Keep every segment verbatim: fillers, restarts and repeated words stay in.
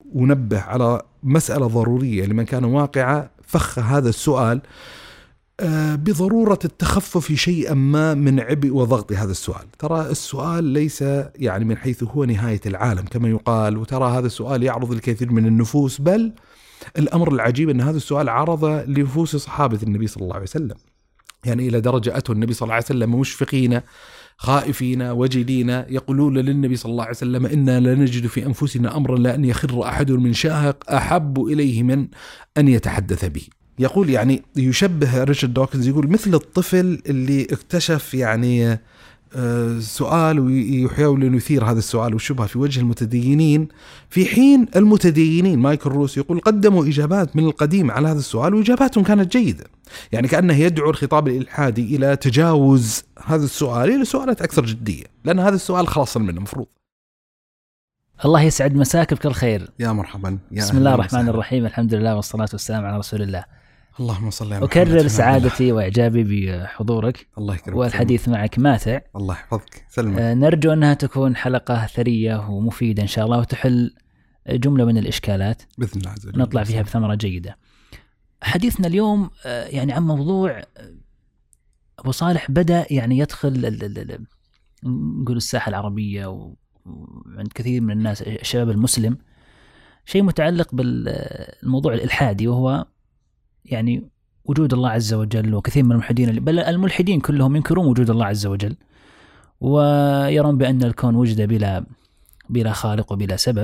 ونبه على مسألة ضرورية لمن كان واقعا فخ هذا السؤال بضرورة التخفف شيئا ما من عبء وضغط هذا السؤال. ترى السؤال ليس يعني من حيث هو نهاية العالم كما يقال، وترى هذا السؤال يعرض الكثير من النفوس، بل الأمر العجيب أن هذا السؤال عرض لنفوس صحابة النبي صلى الله عليه وسلم، يعني إلى درجة أتوا النبي صلى الله عليه وسلم مشفقين خائفين وجلين يقولون للنبي صلى الله عليه وسلم إنا لنجد في أنفسنا أمرا لأن يخر أحد من شاهق أحب إليه من أن يتحدث به. يقول يعني يشبه ريتشارد دوكنز، يقول مثل الطفل اللي اكتشف يعني سؤال ويحاول أن يثير هذا السؤال والشبهة في وجه المتدينين، في حين المتدينين مايكل روس يقول قدموا إجابات من القديم على هذا السؤال وإجاباتهم كانت جيدة، يعني كأنه يدعو الخطاب الإلحادي إلى تجاوز هذا السؤال إلى سؤالات أكثر جدية، لأن هذا السؤال خلاص منه مفروض. الله يسعد مساك بكل خير. يا مرحبا. يا بسم الله الرحمن الرحيم، الحمد لله والصلاة والسلام على رسول الله. اللهم صل على محمد. أكرر سعادتي وإعجابي بحضورك. الله يكرمك. والحديث معك ماتع. الله يحفظك. سلمك. آه نرجو أنها تكون حلقة ثرية ومفيدة إن شاء الله، وتحل جملة من الإشكالات بإذن الله عز وجل، نطلع فيها بثمرة جيدة. حديثنا اليوم آه يعني عن موضوع أبو صالح بدأ يعني يدخل نقول الساحة العربية وعند كثير من الناس الشباب المسلم، شيء متعلق بالموضوع الإلحادي، وهو يعني وجود الله عز وجل. وكثير من الملحدين بل الملحدين كلهم ينكرون وجود الله عز وجل، ويرون بأن الكون وجد بلا بلا خالق وبلا سبب.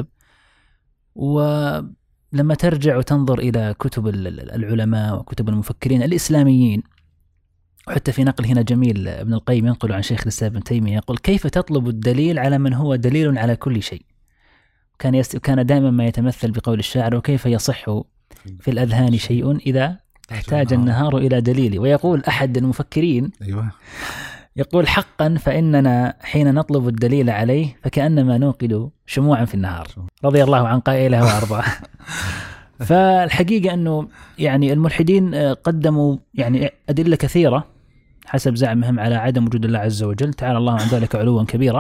ولما ترجع وتنظر إلى كتب العلماء وكتب المفكرين الإسلاميين، وحتى في نقل هنا جميل ابن القيم ينقل عن شيخ الإسلام ابن تيمية يقول: كيف تطلب الدليل على من هو دليل على كل شيء؟ كان يست... كان دائما ما يتمثل بقول الشاعر: وكيف يصح في الأذهان شيء إذا احتاج النهار إلى دليل. ويقول أحد المفكرين أيوة. يقول: حقا فإننا حين نطلب الدليل عليه فكأنما نوقد شموعا في النهار. رضي الله عن قائله وأرضاه. فالحقيقة أنه يعني الملحدين قدموا يعني أدلة كثيرة حسب زعمهم على عدم وجود الله عز وجل، تعالى الله عن ذلك علوا كبيرا.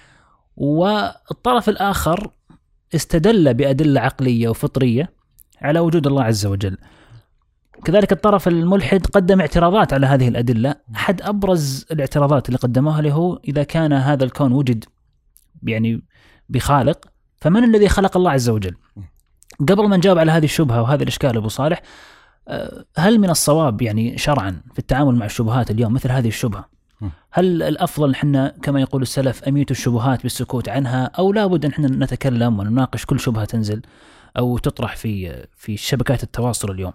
والطرف الآخر استدل بأدلة عقلية وفطرية على وجود الله عز وجل. كذلك الطرف الملحد قدم اعتراضات على هذه الأدلة. أحد أبرز الاعتراضات اللي قدموها له: إذا كان هذا الكون وجد يعني بخالق، فمن الذي خلق الله عز وجل؟ قبل ما نجاوب على هذه الشبهة وهذا الإشكال أبو صالح، هل من الصواب يعني شرعا في التعامل مع الشبهات اليوم مثل هذه الشبهة؟ هل الأفضل نحن كما يقول السلف أميت الشبهات بالسكوت عنها، أو لابد أن نحن نتكلم ونناقش كل شبهة تنزل أو تطرح في في شبكات التواصل اليوم؟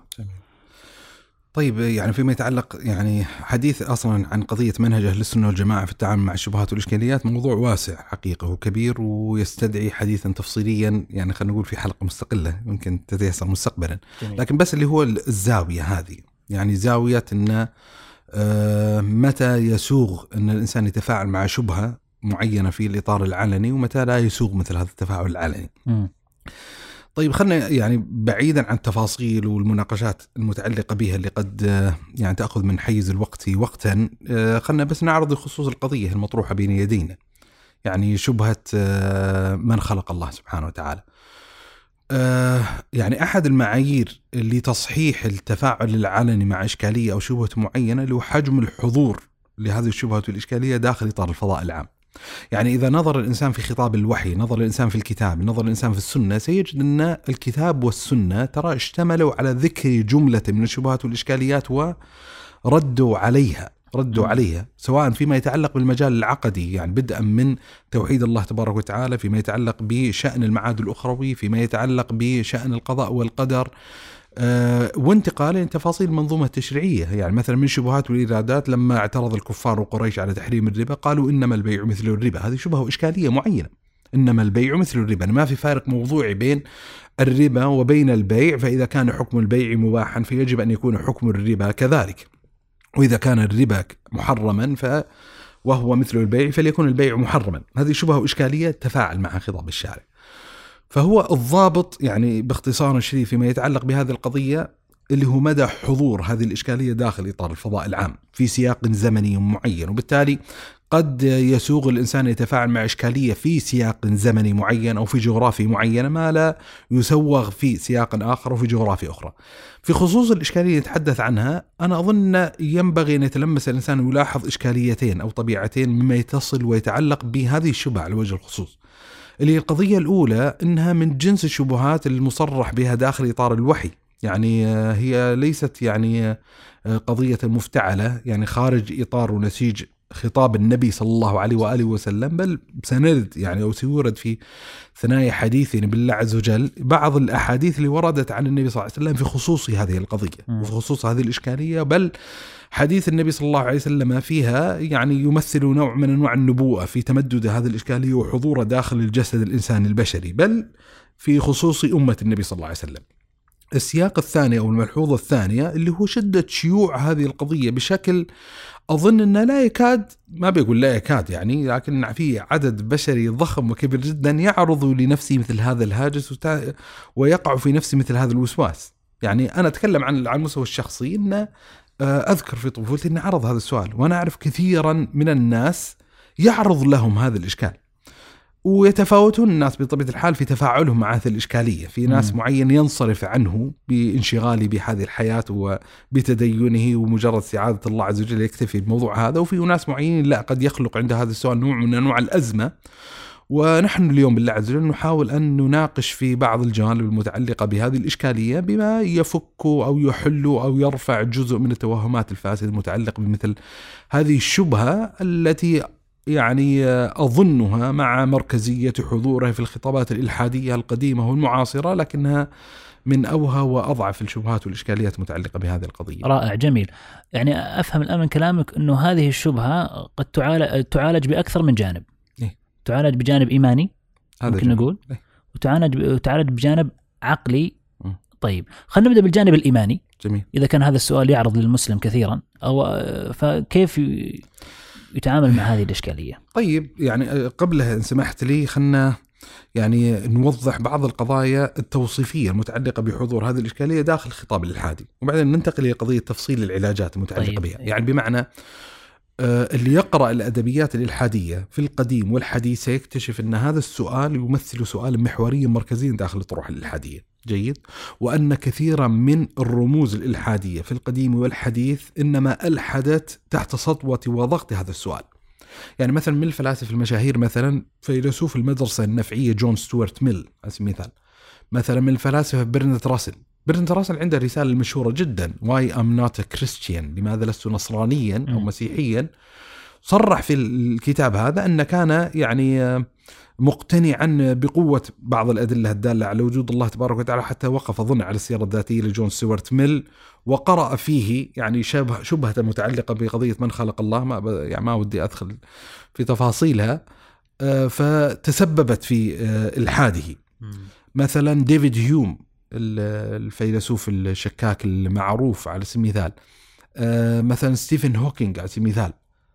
طيب، يعني فيما يتعلق يعني حديث أصلا عن قضية منهج أهل السنة والجماعة في التعامل مع الشبهات والإشكاليات موضوع واسع حقيقة وكبير، ويستدعي حديثا تفصيليا يعني خلينا نقول في حلقة مستقلة يمكن تتيسر مستقبلا. لكن بس اللي هو الزاوية هذه، يعني زاوية أن آه متى يسوغ أن الإنسان يتفاعل مع شبهة معينة في الإطار العلني، ومتى لا يسوغ مثل هذا التفاعل العلني. م. طيب، خلنا يعني بعيدا عن التفاصيل والمناقشات المتعلقة بها اللي قد يعني تأخذ من حيز الوقت وقتا، خلنا بس نعرض خصوص القضية المطروحة بين يدينا، يعني شبهة من خلق الله سبحانه وتعالى. يعني أحد المعايير لتصحيح التفاعل العلني مع إشكالية أو شبهة معينة اللي هو حجم الحضور لهذه الشبهة والإشكالية داخل إطار الفضاء العام. يعني إذا نظر الإنسان في خطاب الوحي، نظر الإنسان في الكتاب، نظر الإنسان في السنة، سيجد أن الكتاب والسنة ترى اشتملوا على ذكر جملة من الشبهات والإشكاليات وردوا عليها ردوا عليها سواء فيما يتعلق بالمجال العقدي، يعني بدءا من توحيد الله تبارك وتعالى، فيما يتعلق بشأن المعاد الأخروي، فيما يتعلق بشأن القضاء والقدر، أه وانتقال لتفاصيل المنظومة التشريعية. يعني مثلا من شبهات والإرادات لما اعترض الكفار وقريش على تحريم الربا قالوا إنما البيع مثل الربا. هذه شبهة وإشكالية معينة، إنما البيع مثل الربا، ما في فارق موضوعي بين الربا وبين البيع، فإذا كان حكم البيع مباحا فيجب أن يكون حكم الربا كذلك، وإذا كان الربا محرما ف وهو مثل البيع فليكون البيع محرما. هذه شبهة وإشكالية تفاعل مع خطاب الشارع. فهو الضابط يعني باختصار شديد فيما يتعلق بهذه القضية اللي هو مدى حضور هذه الإشكالية داخل إطار الفضاء العام في سياق زمني معين. وبالتالي قد يسوغ الإنسان يتفاعل مع إشكالية في سياق زمني معين أو في جغرافي معين ما لا يسوغ في سياق آخر وفي جغرافي أخرى. في خصوص الإشكالية نتحدث عنها، أنا أظن ينبغي أن يتلمس الإنسان ويلاحظ إشكاليتين أو طبيعتين مما يتصل ويتعلق بهذه الشبهة على وجه الخصوص. اللي القضية الأولى أنها من جنس الشبهات المصرح بها داخل إطار الوحي، يعني هي ليست يعني قضية مفتعلة يعني خارج إطار ونسيج خطاب النبي صلى الله عليه وآله وسلم، بل سنرد يعني أو سيورد في ثنايا حديثنا بالله عز وجل بعض الأحاديث اللي وردت عن النبي صلى الله عليه وسلم في خصوص هذه القضية وفي خصوص هذه الإشكالية، بل حديث النبي صلى الله عليه وسلم فيها يعني يمثل نوع من أنواع النبوءة في تمدد هذه الإشكالية وحضورها داخل الجسد الإنساني البشري، بل في خصوص أمة النبي صلى الله عليه وسلم. السياق الثاني أو الملحوظة الثانية اللي هو شدة شيوع هذه القضية بشكل أظن أنه لا يكاد، ما بيقول لا يكاد يعني، لكن في عدد بشري ضخم وكبير جدا يعرض لنفسه مثل هذا الهاجس ويقع في نفسه مثل هذا الوسواس. يعني أنا أتكلم عن على المستوى الشخصي، إن أذكر في طفولتي أني عرض هذا السؤال، وأنا أعرف كثيرا من الناس يعرض لهم هذا الإشكال، ويتفاوتون الناس بطبيعة الحال في تفاعلهم مع هذه الإشكالية. في ناس م. معين ينصرف عنه بانشغاله بهذه الحياة وبتدينه ومجرد سعادة الله عز وجل يكتفي بالموضوع هذا، وفي ناس معين لا قد يخلق عند هذا السؤال نوع من أنواع الأزمة. ونحن اليوم بالله عز وجل نحاول أن نناقش في بعض الجوانب المتعلقة بهذه الإشكالية بما يفك أو يحل أو يرفع جزء من التوهمات الفاسدة المتعلقة بمثل هذه الشبهة التي يعني أظنها مع مركزية حضورها في الخطابات الإلحادية القديمة والمعاصرة، لكنها من أوهى وأضعف الشبهات والإشكاليات المتعلقة بهذه القضية. رائع، جميل. يعني أفهم الآن من كلامك أنه هذه الشبهة قد تعالج, تعالج بأكثر من جانب. إيه؟ تعالج بجانب إيماني ممكن نقول، إيه؟ وتعالج, وتعالج بجانب عقلي. م. طيب خلينا نبدأ بالجانب الإيماني. جميل. إذا كان هذا السؤال يعرض للمسلم كثيرا، أو فكيف يتعامل مع هذه الإشكالية؟ طيب يعني قبلها إن سمحت لي خلنا يعني نوضح بعض القضايا التوصيفية المتعلقة بحضور هذه الإشكالية داخل الخطاب الإلحادي، وبعدين ننتقل إلى قضية تفصيل العلاجات المتعلقة طيب. بها. يعني بمعنى اللي يقرأ الأدبيات الإلحادية في القديم والحديث سيكتشف أن هذا السؤال يمثل سؤال محوري مركزي داخل الطروح الإلحادية. جيد. وأن كثيرا من الرموز الإلحادية في القديم والحديث إنما ألحدت تحت سطوة وضغط هذا السؤال. يعني مثلا من الفلاسفة المشاهير مثلا فيلسوف المدرسة النفعية جون ستوارت ميل على سبيل المثال، مثلا من الفلاسفة برنارد راسل. برنارد راسل عنده رسالة مشهورة جدا Why I'm not a Christian، لماذا لست نصرانيا أو مسيحيا. صرح في الكتاب هذا أن كان يعني مقتنعا بقوة بعض الأدلة الدالة على وجود الله تبارك وتعالى، حتى وقف أظن على السيرة الذاتية لجون ستوارت ميل وقرأ فيه يعني شبه شبهة متعلقة بقضية من خلق الله، ما يعني ما ودي أدخل في تفاصيلها، فتسببت في إلحاده. مثلا ديفيد هيوم الفيلسوف الشكاك المعروف على سبيل المثال، مثلا ستيفن هوكينج على سبيل المثال،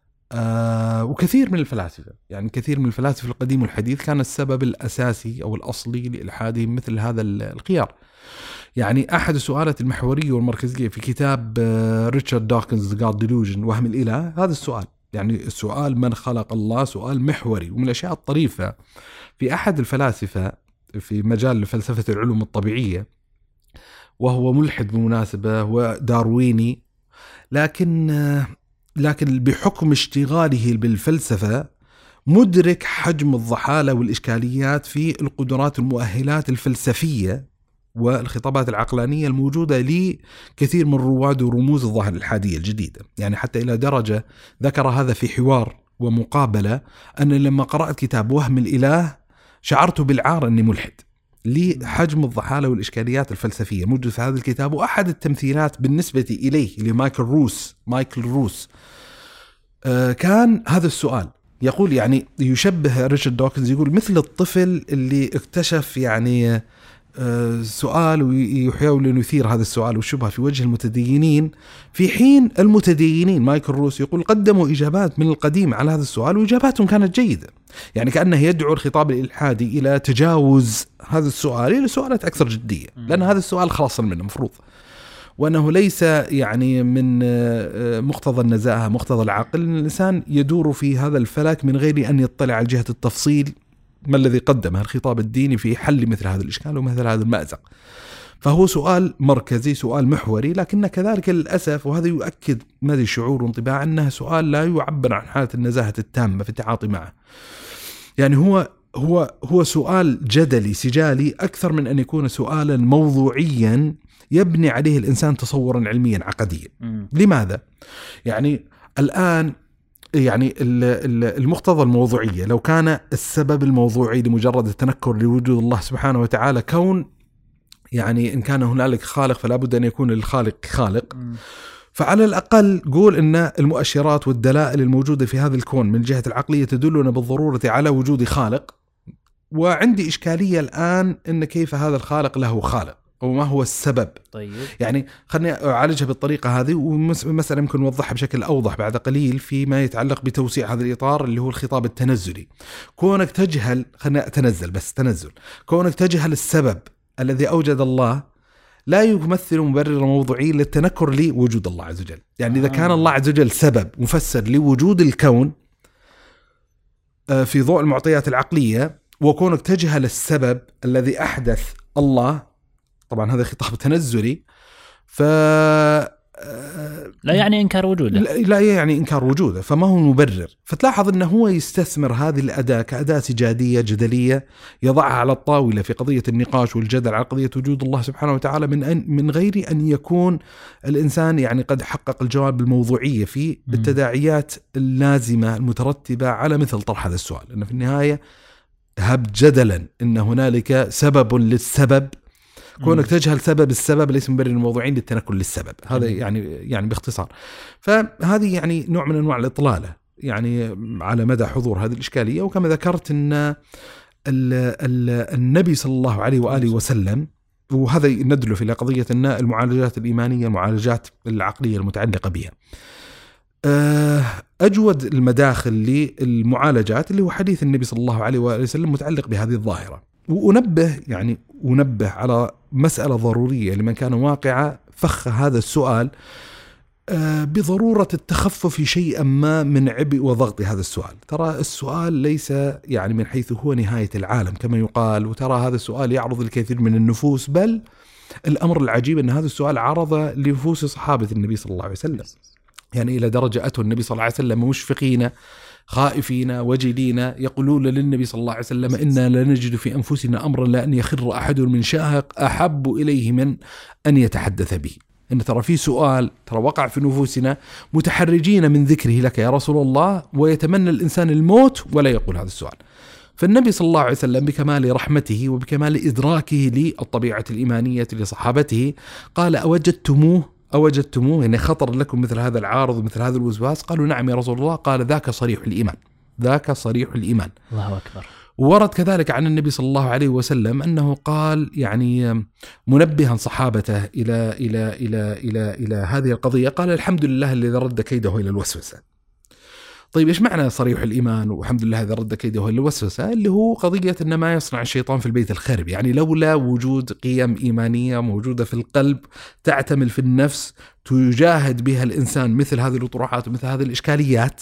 آه وكثير من الفلاسفة، يعني كثير من الفلاسفة القديم والحديث كان السبب الأساسي أو الأصلي لإلحادهم مثل هذا الخيار. يعني أحد السؤالات المحورية والمركزية في كتاب آه ريتشارد داكنز God Delusion وهم الإله هذا السؤال، يعني السؤال من خلق الله سؤال محوري. ومن الأشياء الطريفة في أحد الفلاسفة في مجال فلسفة العلوم الطبيعية، وهو ملحد بالمناسبة ودارويني، لكن آه لكن بحكم اشتغاله بالفلسفة مدرك حجم الضحالة والإشكاليات في القدرات المؤهلات الفلسفية والخطابات العقلانية الموجودة لكثير من رواد ورموز الظاهرة الإلحادية الجديدة. يعني حتى إلى درجة ذكر هذا في حوار ومقابلة أن لما قرأت كتاب وهم الإله شعرت بالعار أني ملحد لحجم الضحالة والإشكاليات الفلسفية موجود في هذا الكتاب. وأحد التمثيلات بالنسبة إليه لمايكل روس مايكل روس آه كان هذا السؤال. يقول يعني يشبه ريتشارد دوكنز، يقول مثل الطفل اللي اكتشف يعني آه سؤال ويحاول أن يثير هذا السؤال والشبهة في وجه المتدينين، في حين المتدينين مايكل روس يقول قدموا إجابات من القديم على هذا السؤال وإجاباتهم كانت جيدة. يعني كأنه يدعو الخطاب الإلحادي إلى تجاوز هذا السؤال إلى سؤالات أكثر جدية، لأن هذا السؤال خلاص منه مفروض. وأنه ليس يعني من مقتضى النزاهة مقتضى العقل أن الإنسان يدور في هذا الفلك من غير أن يطلع على جهة التفصيل ما الذي قدمه الخطاب الديني في حل مثل هذا الإشكال ومثل هذا المأزق. فهو سؤال مركزي، سؤال محوري، لكن كذلك للأسف، وهذا يؤكد مدى شعور وانطباع، أنه سؤال لا يعبر عن حالة النزاهة التامة في التعاطي معه. يعني هو هو هو سؤال جدلي سجالي أكثر من أن يكون سؤالا موضوعيا يبني عليه الإنسان تصورا علميا عقديا. م. لماذا؟ يعني الآن يعني المقتضى الموضوعية لو كان السبب الموضوعي لمجرد التنكر لوجود الله سبحانه وتعالى كون، يعني إن كان هنالك خالق فلا بد أن يكون للخالق خالق، م. فعلى الأقل قول إن المؤشرات والدلائل الموجودة في هذا الكون من الجهة العقلية تدلنا بالضرورة على وجود خالق. وعندي إشكالية الآن إن كيف هذا الخالق له خالق وما هو السبب. طيب. يعني خلني أعالجها بالطريقة هذه، ومسألة يمكن نوضحها بشكل أوضح بعد قليل فيما يتعلق بتوسيع هذا الإطار اللي هو الخطاب التنزلي. كونك تجهل، خلنا أتنزل بس تنزل، كونك تجهل السبب الذي أوجد الله لا يمثل مبرر موضوعي للتنكر لوجود الله عز وجل. يعني إذا كان الله عز وجل سبب مفسر لوجود الكون في ضوء المعطيات العقلية، وكونك تجهل السبب الذي أحدث الله، طبعا هذا خطاب تنزلي، ف لا يعني إنكار وجوده، لا يعني إنكار وجوده، فما هو مبرر. فتلاحظ أنه هو يستثمر هذه الأداة كأداة سجادية جدلية يضعها على الطاولة في قضية النقاش والجدل على قضية وجود الله سبحانه وتعالى من أن من غير أن يكون الإنسان يعني قد حقق الجواب الموضوعية في التداعيات اللازمة المترتبة على مثل طرح هذا السؤال. لأن في النهاية هب جدلا أن هنالك سبب للسبب، كونك تجهل سبب السبب ليس مبرر الموضوعين للتنكر للسبب. هذا يعني يعني باختصار. فهذه يعني نوع من انواع الاطلاله يعني على مدى حضور هذه الاشكاليه. وكما ذكرت ان ال ال النبي صلى الله عليه واله وسلم، وهذا ندل في قضيه ان المعالجات الايمانيه المعالجات العقليه المتعلقه بها اجود المداخل للمعالجات اللي هو حديث النبي صلى الله عليه واله وسلم متعلق بهذه الظاهره. وأنبه يعني ونبه على مسألة ضرورية لمن كان واقع فخ هذا السؤال بضرورة التخفف شيئا ما من عبء وضغط هذا السؤال. ترى السؤال ليس يعني من حيث هو نهاية العالم كما يقال، وترى هذا السؤال يعرض الكثير من النفوس، بل الأمر العجيب أن هذا السؤال عرض لنفوس صحابة النبي صلى الله عليه وسلم، يعني إلى درجة أتوا النبي صلى الله عليه وسلم مشفقين خائفين وجلين يقولون للنبي صلى الله عليه وسلم إنا لنجد في أنفسنا أمرا لأن يخر أحد من شاهق أحب إليه من أن يتحدث به. إن ترى في سؤال ترى وقع في نفوسنا متحرجين من ذكره لك يا رسول الله، ويتمنى الإنسان الموت ولا يقول هذا السؤال. فالنبي صلى الله عليه وسلم بكمال رحمته وبكمال إدراكه للطبيعة الإيمانية لصحابته قال أوجدتموه أوجدتموه يعني خطر لكم مثل هذا العارض ومثل هذا الوسواس؟ قالوا نعم يا رسول الله. قال ذاك صريح الإيمان، ذاك صريح الإيمان. الله أكبر. ورد كذلك عن النبي صلى الله عليه وسلم أنه قال يعني منبها صحابته إلى إلى إلى إلى إلى هذه القضية، قال الحمد لله الذي رد كيده إلى الوسوسة. طيب إيش معنى صريح الإيمان والحمد لله إذا رد كيده إلى الوسوسة؟ اللي هو قضية أن ما يصنع الشيطان في البيت الخارب. يعني لولا وجود قيم إيمانية موجودة في القلب تعتمل في النفس تجاهد بها الإنسان مثل هذه الأطروحات ومثل هذه الإشكاليات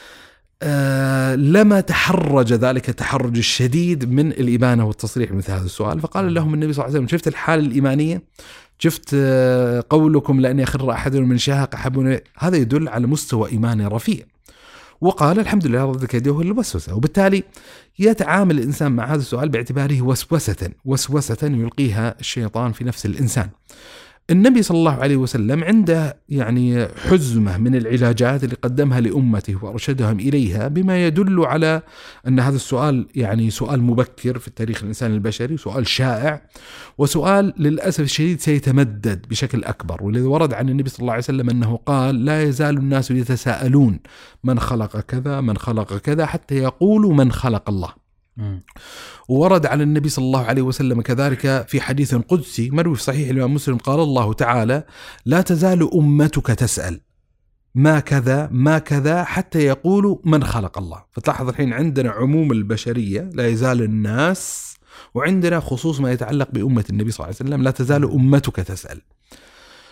آه لما تحرج ذلك التحرج الشديد من الإبانة والتصريح مثل هذا السؤال. فقال لهم النبي صلى الله عليه وسلم شفت الحالة الإيمانية، شفت آه قولكم لأن يخر أحد من شاهق أحب، هذا يدل على مستوى إيماني رفيع. وقال الحمد لله رد كيده الوسوسة. وبالتالي يتعامل الإنسان مع هذا السؤال باعتباره وسوسة وسوسة يلقيها الشيطان في نفس الإنسان. النبي صلى الله عليه وسلم عنده يعني حزمة من العلاجات اللي قدمها لأمته وأرشدهم إليها، بما يدل على أن هذا السؤال يعني سؤال مبكر في التاريخ الإنساني البشري، سؤال شائع، وسؤال للأسف الشديد سيتمدد بشكل أكبر. والذي ورد عن النبي صلى الله عليه وسلم أنه قال لا يزال الناس يتساءلون من خلق كذا من خلق كذا حتى يقولوا من خلق الله. وورد عن النبي صلى الله عليه وسلم كذلك في حديث قدسي مروي في صحيح الإمام مسلم قال الله تعالى لا تزال أمتك تسأل ما كذا ما كذا حتى يقولوا من خلق الله. فتلاحظ الحين عندنا عموم البشرية لا يزال الناس، وعندنا خصوص ما يتعلق بأمة النبي صلى الله عليه وسلم لا تزال أمتك تسأل.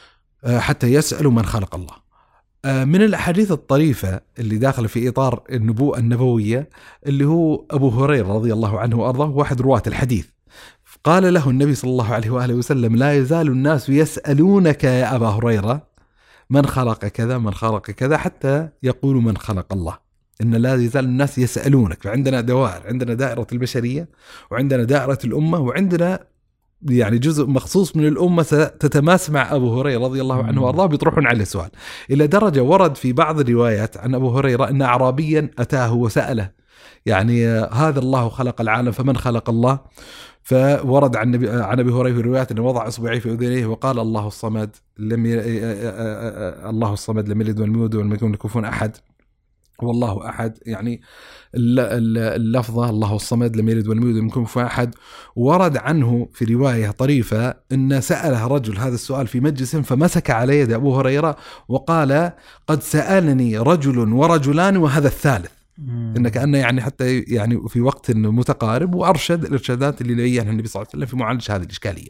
حتى يسألوا من خلق الله. من الأحاديث الطريفة اللي داخل في إطار النبوءة النبوية اللي هو أبو هريرة رضي الله عنه وأرضاه، واحد رواة الحديث، قال له النبي صلى الله عليه وآله وسلم: لا يزال الناس يسألونك يا أبا هريرة من خلق كذا من خلق كذا حتى يقولوا من خلق الله. إن لا يزال الناس يسألونك. فعندنا دوائر، عندنا دائرة البشرية، وعندنا دائرة الأمة، وعندنا يعني جزء مخصوص من الأمة تتماس مع أبو هريرة رضي الله عنه وأرضاه، بيطرحون عليه سؤال. إلى درجة ورد في بعض الروايات عن أبو هريرة أن أعرابيا أتاه وسأله يعني هذا الله خلق العالم فمن خلق الله؟ فورد عن نبي عن أبي هريرة في روايات أنه وضع إصبعيه في أذنيه وقال: الله الصمد لم ي... الله الصمد لم يلد ولم يولد ولم يكن له كفوا أحد، والله أحد. يعني اللفظة الله الصمد لم يلد ولم يولد ولم يكن له كفوا أحد. ورد عنه في رواية طريفة أن سأله رجل هذا السؤال في مجلس فمسك على يد أبو هريرة وقال: قد سألني رجل ورجلان وهذا الثالث. إن كأنه يعني حتى يعني في وقت متقارب، وأرشد الإرشادات اللي لقيها النبي صلى الله عليه وسلم في معالجة هذه الإشكالية.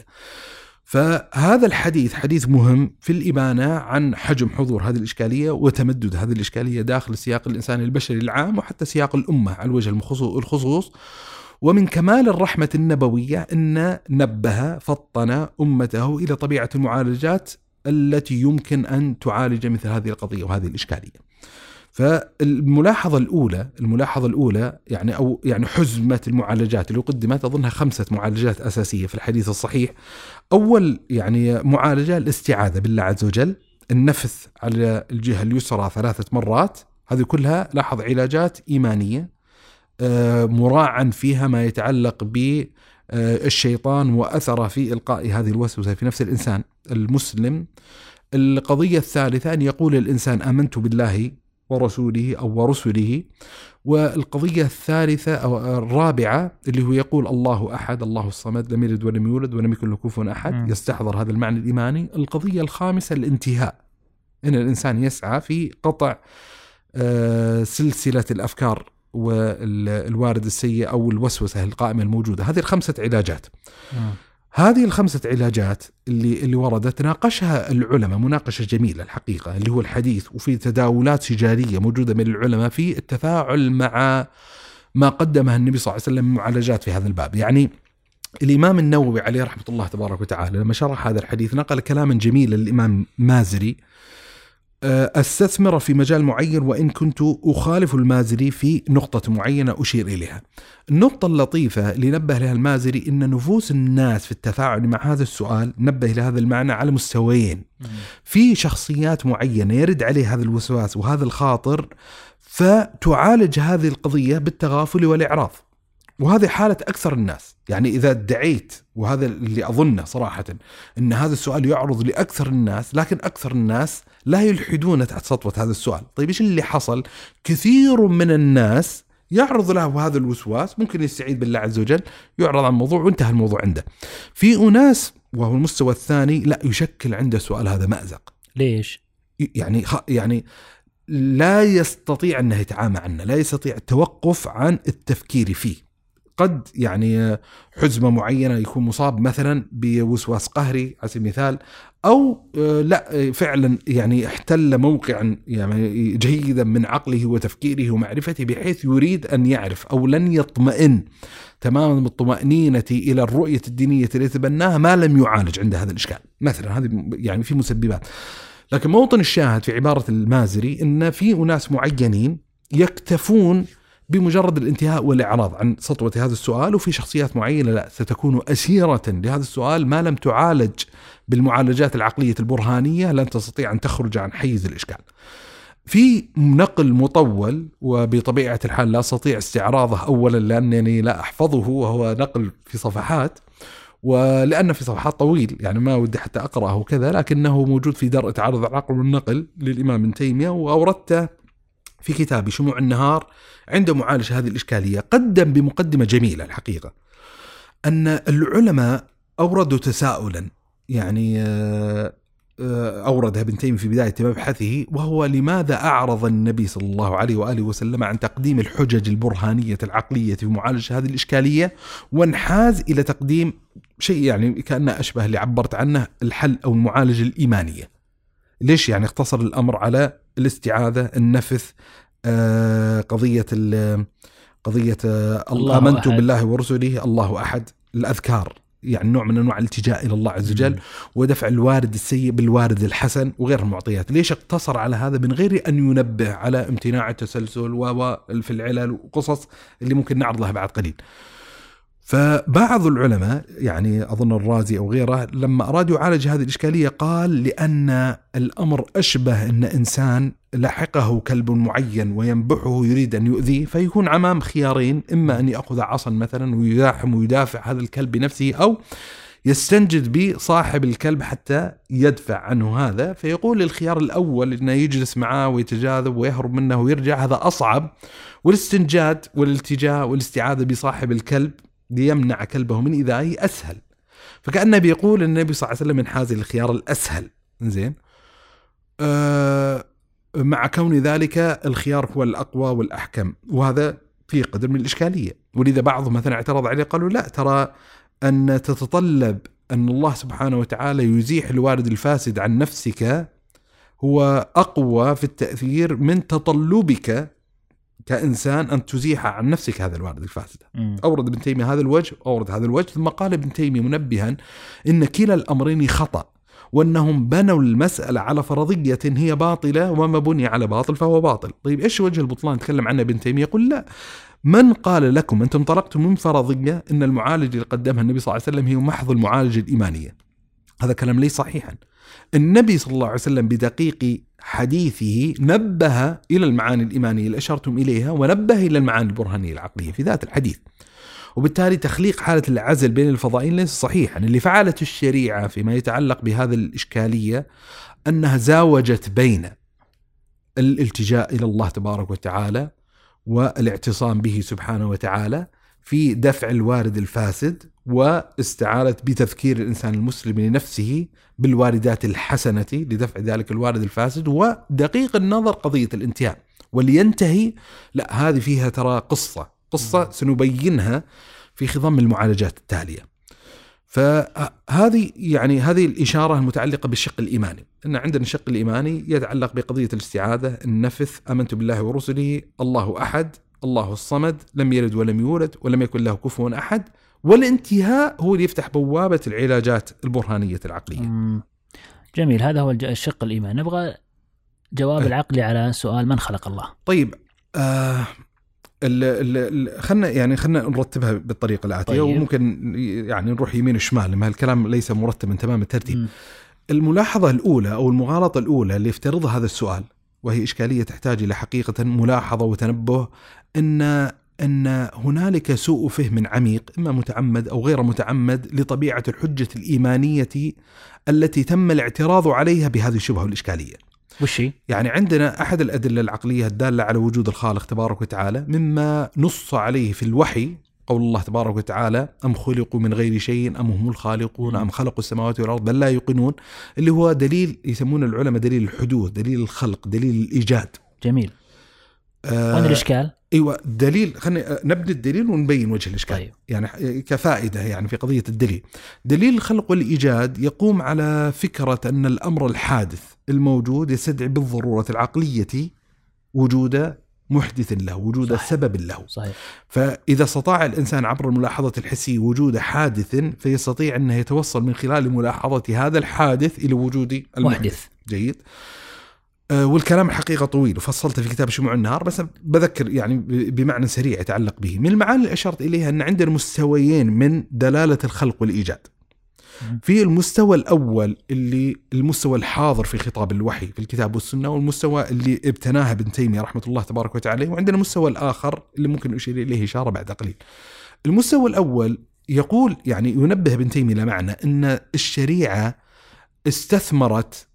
فهذا الحديث حديث مهم في الإبانة عن حجم حضور هذه الإشكالية وتمدد هذه الإشكالية داخل سياق الإنسان البشري العام وحتى سياق الأمة على وجه الخصوص. ومن كمال الرحمة النبوية أن نبه فطن أمته إلى طبيعة المعالجات التي يمكن أن تعالج مثل هذه القضية وهذه الإشكالية. فالملاحظة الأولى الملاحظة الأولى يعني أو يعني حزمة المعالجات اللي قدمت أظنها خمسة معالجات أساسية في الحديث الصحيح. أول يعني معالجة الاستعاذة بالله عز وجل، النفث على الجهة اليسرى ثلاثة مرات، هذه كلها لاحظ علاجات إيمانية مراعا فيها ما يتعلق بالشيطان وأثره في إلقاء هذه الوسوسة في نفس الإنسان المسلم. القضية الثالثة أن يقول الإنسان آمنت بالله ورسوله أو ورسله. والقضية الثالثة أو الرابعة اللي هو يقول الله أحد الله الصمد لم يلد ولم يولد ولم يكن له كفوا أحد، م. يستحضر هذا المعنى الإيماني. القضية الخامسة الانتهاء، إن الإنسان يسعى في قطع سلسلة الأفكار والوارد السيء أو الوسوسة القائمة الموجودة. هذه الخمسة علاجات. م. هذه الخمسة علاجات اللي اللي وردت ناقشها العلماء مناقشة جميلة الحقيقة، اللي هو الحديث، وفي تداولات سجالية موجودة من العلماء في التفاعل مع ما قدمها النبي صلى الله عليه وسلم معالجات في هذا الباب. يعني الإمام النووي عليه رحمة الله تبارك وتعالى لما شرح هذا الحديث نقل كلاما جميلا للإمام مازري استثمر في مجال معين، وإن كنت أخالف المازري في نقطة معينة أشير إليها. النقطة اللطيفة اللي نبه لها المازري إن نفوس الناس في التفاعل مع هذا السؤال نبه لهذا المعنى على مستويين. في شخصيات معينة يرد عليه هذا الوسواس وهذا الخاطر، فتعالج هذه القضية بالتغافل والإعراض، وهذه حالة أكثر الناس. يعني إذا ادعيت، وهذا اللي أظنه صراحة، أن هذا السؤال يعرض لأكثر الناس، لكن أكثر الناس لا يلحدون تحت سطوة هذا السؤال. طيب إيش اللي حصل؟ كثير من الناس يعرض له هذا الوسواس، ممكن يستعيذ بالله عز وجل، يعرض عن الموضوع وانتهى الموضوع عنده. في أناس وهو المستوى الثاني لا يشكل عنده السؤال هذا مأزق. ليش؟ يعني يعني لا يستطيع أنه يتعامل عنه، لا يستطيع التوقف عن التفكير فيه. قد يعني حزمة معينة يكون مصاب مثلا بوسواس قهري على سبيل المثال، أو لا فعلا يعني احتل موقعا يعني جيدا من عقله وتفكيره ومعرفته بحيث يريد أن يعرف، أو لن يطمئن تماما بالطمأنينة إلى الرؤية الدينية التي يتبناها ما لم يعالج عند هذا الإشكال مثلا. هذه يعني في مسببات. لكن موطن الشاهد في عبارة المازري إن في أناس معينين يكتفون بمجرد الانتهاء والإعراض عن سطوة هذا السؤال، وفي شخصيات معينة لا، ستكون أسيرة لهذا السؤال ما لم تعالج بالمعالجات العقلية البرهانية، لن تستطيع أن تخرج عن حيز الإشكال. في نقل مطول، وبطبيعة الحال لا أستطيع استعراضه أولا لأنني لا أحفظه، وهو نقل في صفحات، ولأن في صفحات طويل يعني ما ودي حتى أقرأه كذا، لكنه موجود في درء تعارض العقل والنقل للإمام ابن تيمية، وأوردته في كتاب شموع النهار عند معالج هذه الإشكالية. قدم بمقدمة جميلة الحقيقة، أن العلماء أوردوا تساؤلا يعني أوردها ابن تيمية في بداية مبحثه، وهو لماذا أعرض النبي صلى الله عليه وآله وسلم عن تقديم الحجج البرهانية العقلية في معالجة هذه الإشكالية، وانحاز إلى تقديم شيء يعني كأنه أشبه اللي عبرت عنه الحل أو المعالجة الإيمانية. ليش يعني اختصر الأمر على الاستعاذة، النفث، آه قضية قضية آه آمنت بالله ورسله، الله أحد، الأذكار، يعني نوع من أنواع الالتجاء إلى الله عز وجل، م. ودفع الوارد السيء بالوارد الحسن وغير المعطيات. ليش اقتصر على هذا من غير أن ينبه على امتناع التسلسل وفي العلل وقصص اللي ممكن نعرض لها بعد قليل؟ فبعض العلماء يعني أظن الرازي أو غيره لما أراد يعالج هذه الإشكالية قال لأن الأمر أشبه أن إنسان لحقه كلب معين وينبحه يريد أن يؤذيه، فيكون أمام خيارين، إما أن يأخذ عصا مثلا ويزاحم ويدافع هذا الكلب بنفسه، أو يستنجد بصاحب الكلب حتى يدفع عنه هذا. فيقول الخيار الأول أنه يجلس معاه ويتجاذب ويهرب منه ويرجع، هذا أصعب، والاستنجاد والالتجاء والاستعاذة بصاحب الكلب ليمنع كلبه من إيذائه أسهل. فكأنه بيقول النبي صلى الله عليه وسلم منحاز الخيار الأسهل. زين، أه مع كون ذلك الخيار هو الأقوى والأحكم، وهذا في قدر من الإشكالية. ولذا بعضهم مثلا اعترض عليه قالوا لا، ترى أن تتطلب أن الله سبحانه وتعالى يزيح الوارد الفاسد عن نفسك هو أقوى في التأثير من تطلبك كإنسان أن تزيح عن نفسك هذا الوارد الفاسد. م. أورد ابن تيمية هذا الوجه، أورد هذا الوجه، ثم قال ابن تيمية منبها إن كلا الأمرين خطأ، وأنهم بنوا المسألة على فرضية هي باطلة، وما بني على باطل فهو باطل. طيب إيش وجه البطلان تكلم عنه ابن تيمية؟ يقول لا، من قال لكم أنتم طلقتم من فرضية أن المعالج اللي قدمها النبي صلى الله عليه وسلم هي محض المعالجة الإيمانية؟ هذا كلام ليس صحيحا. النبي صلى الله عليه وسلم بدقيق حديثه نبه إلى المعاني الإيمانية اللي أشرتم إليها، ونبه إلى المعاني البرهانية العقلية في ذات الحديث. وبالتالي تخليق حالة العزل بين الفضائين ليس صحيحا. اللي فعلت الشريعة فيما يتعلق بهذا الإشكالية أنها زاوجت بين الالتجاء إلى الله تبارك وتعالى والاعتصام به سبحانه وتعالى في دفع الوارد الفاسد، واستعارة بتذكير الإنسان المسلم لنفسه بالواردات الحسنة لدفع ذلك الوارد الفاسد، ودقيق النظر قضية الانتهاء ولينتهي. لا، هذه فيها ترى قصة قصة سنبينها في خضم المعالجات التالية. فهذه يعني هذه الإشارة المتعلقة بالشق الإيماني، أن عندنا الشق الإيماني يتعلق بقضية الاستعاذة، النفث، آمنت بالله ورسله، الله أحد، الله الصمد، لم يلد ولم يولد ولم يكن له كفوا أحد. والانتهاء هو اللي يفتح بوابة العلاجات البرهانية العقلية. جميل، هذا هو الشق الإيماني. نبغى جواب أه. العقلي على سؤال من خلق الله. طيب، آه خلنا يعني خلنا نرتبها بالطريقة الآتية. طيب. وممكن يعني نروح يمين وشمال، لما الكلام ليس مرتبا تمام الترتيب. م. الملاحظة الأولى أو المغالطة الأولى اللي يفترضها هذا السؤال، وهي إشكالية تحتاج إلى حقيقة ملاحظة وتنبه، إن أن هنالك سوء فهم عميق إما متعمد أو غير متعمد لطبيعة الحجة الإيمانية التي تم الاعتراض عليها بهذه الشبهة والإشكالية. وشي؟ يعني عندنا أحد الأدلة العقلية الدالة على وجود الخالق تبارك وتعالى مما نص عليه في الوحي قول الله تبارك وتعالى أم خلقوا من غير شيء أم هم الخالقون أم خلقوا السماوات والأرض بل لا يوقنون، اللي هو دليل يسمون العلماء دليل الحدوث، دليل الخلق، دليل الإيجاد. جميل. آه وين الإشكال؟ ايوه دليل، خلينا نبني الدليل ونبين وجه الاشكال. طيب. يعني كفائده يعني في قضيه الدليل. دليل الخلق والايجاد يقوم على فكره ان الامر الحادث الموجود يستدعي بالضروره العقليه وجود محدث له، وجود صحيح. سبب له. صحيح. فاذا استطاع الانسان عبر الملاحظه الحسيه وجود حادث، فيستطيع انه يتوصل من خلال ملاحظه هذا الحادث الى وجود المحدث. جيد. والكلام الحقيقة طويل وفصلت في كتاب شموع النهار، بس بذكر يعني بمعنى سريع يتعلق به. من المعاني اللي أشرت إليها أن عندنا مستويين من دلالة الخلق والإيجاد. في المستوى الأول اللي المستوى الحاضر في خطاب الوحي في الكتاب والسنة، والمستوى اللي ابتناها ابن تيمية رحمة الله تبارك وتعالى. وعندنا المستوى الآخر اللي ممكن أشير إليه إشارة بعد قليل. المستوى الأول يقول يعني ينبه ابن تيمية لمعنى أن الشريعة استثمرت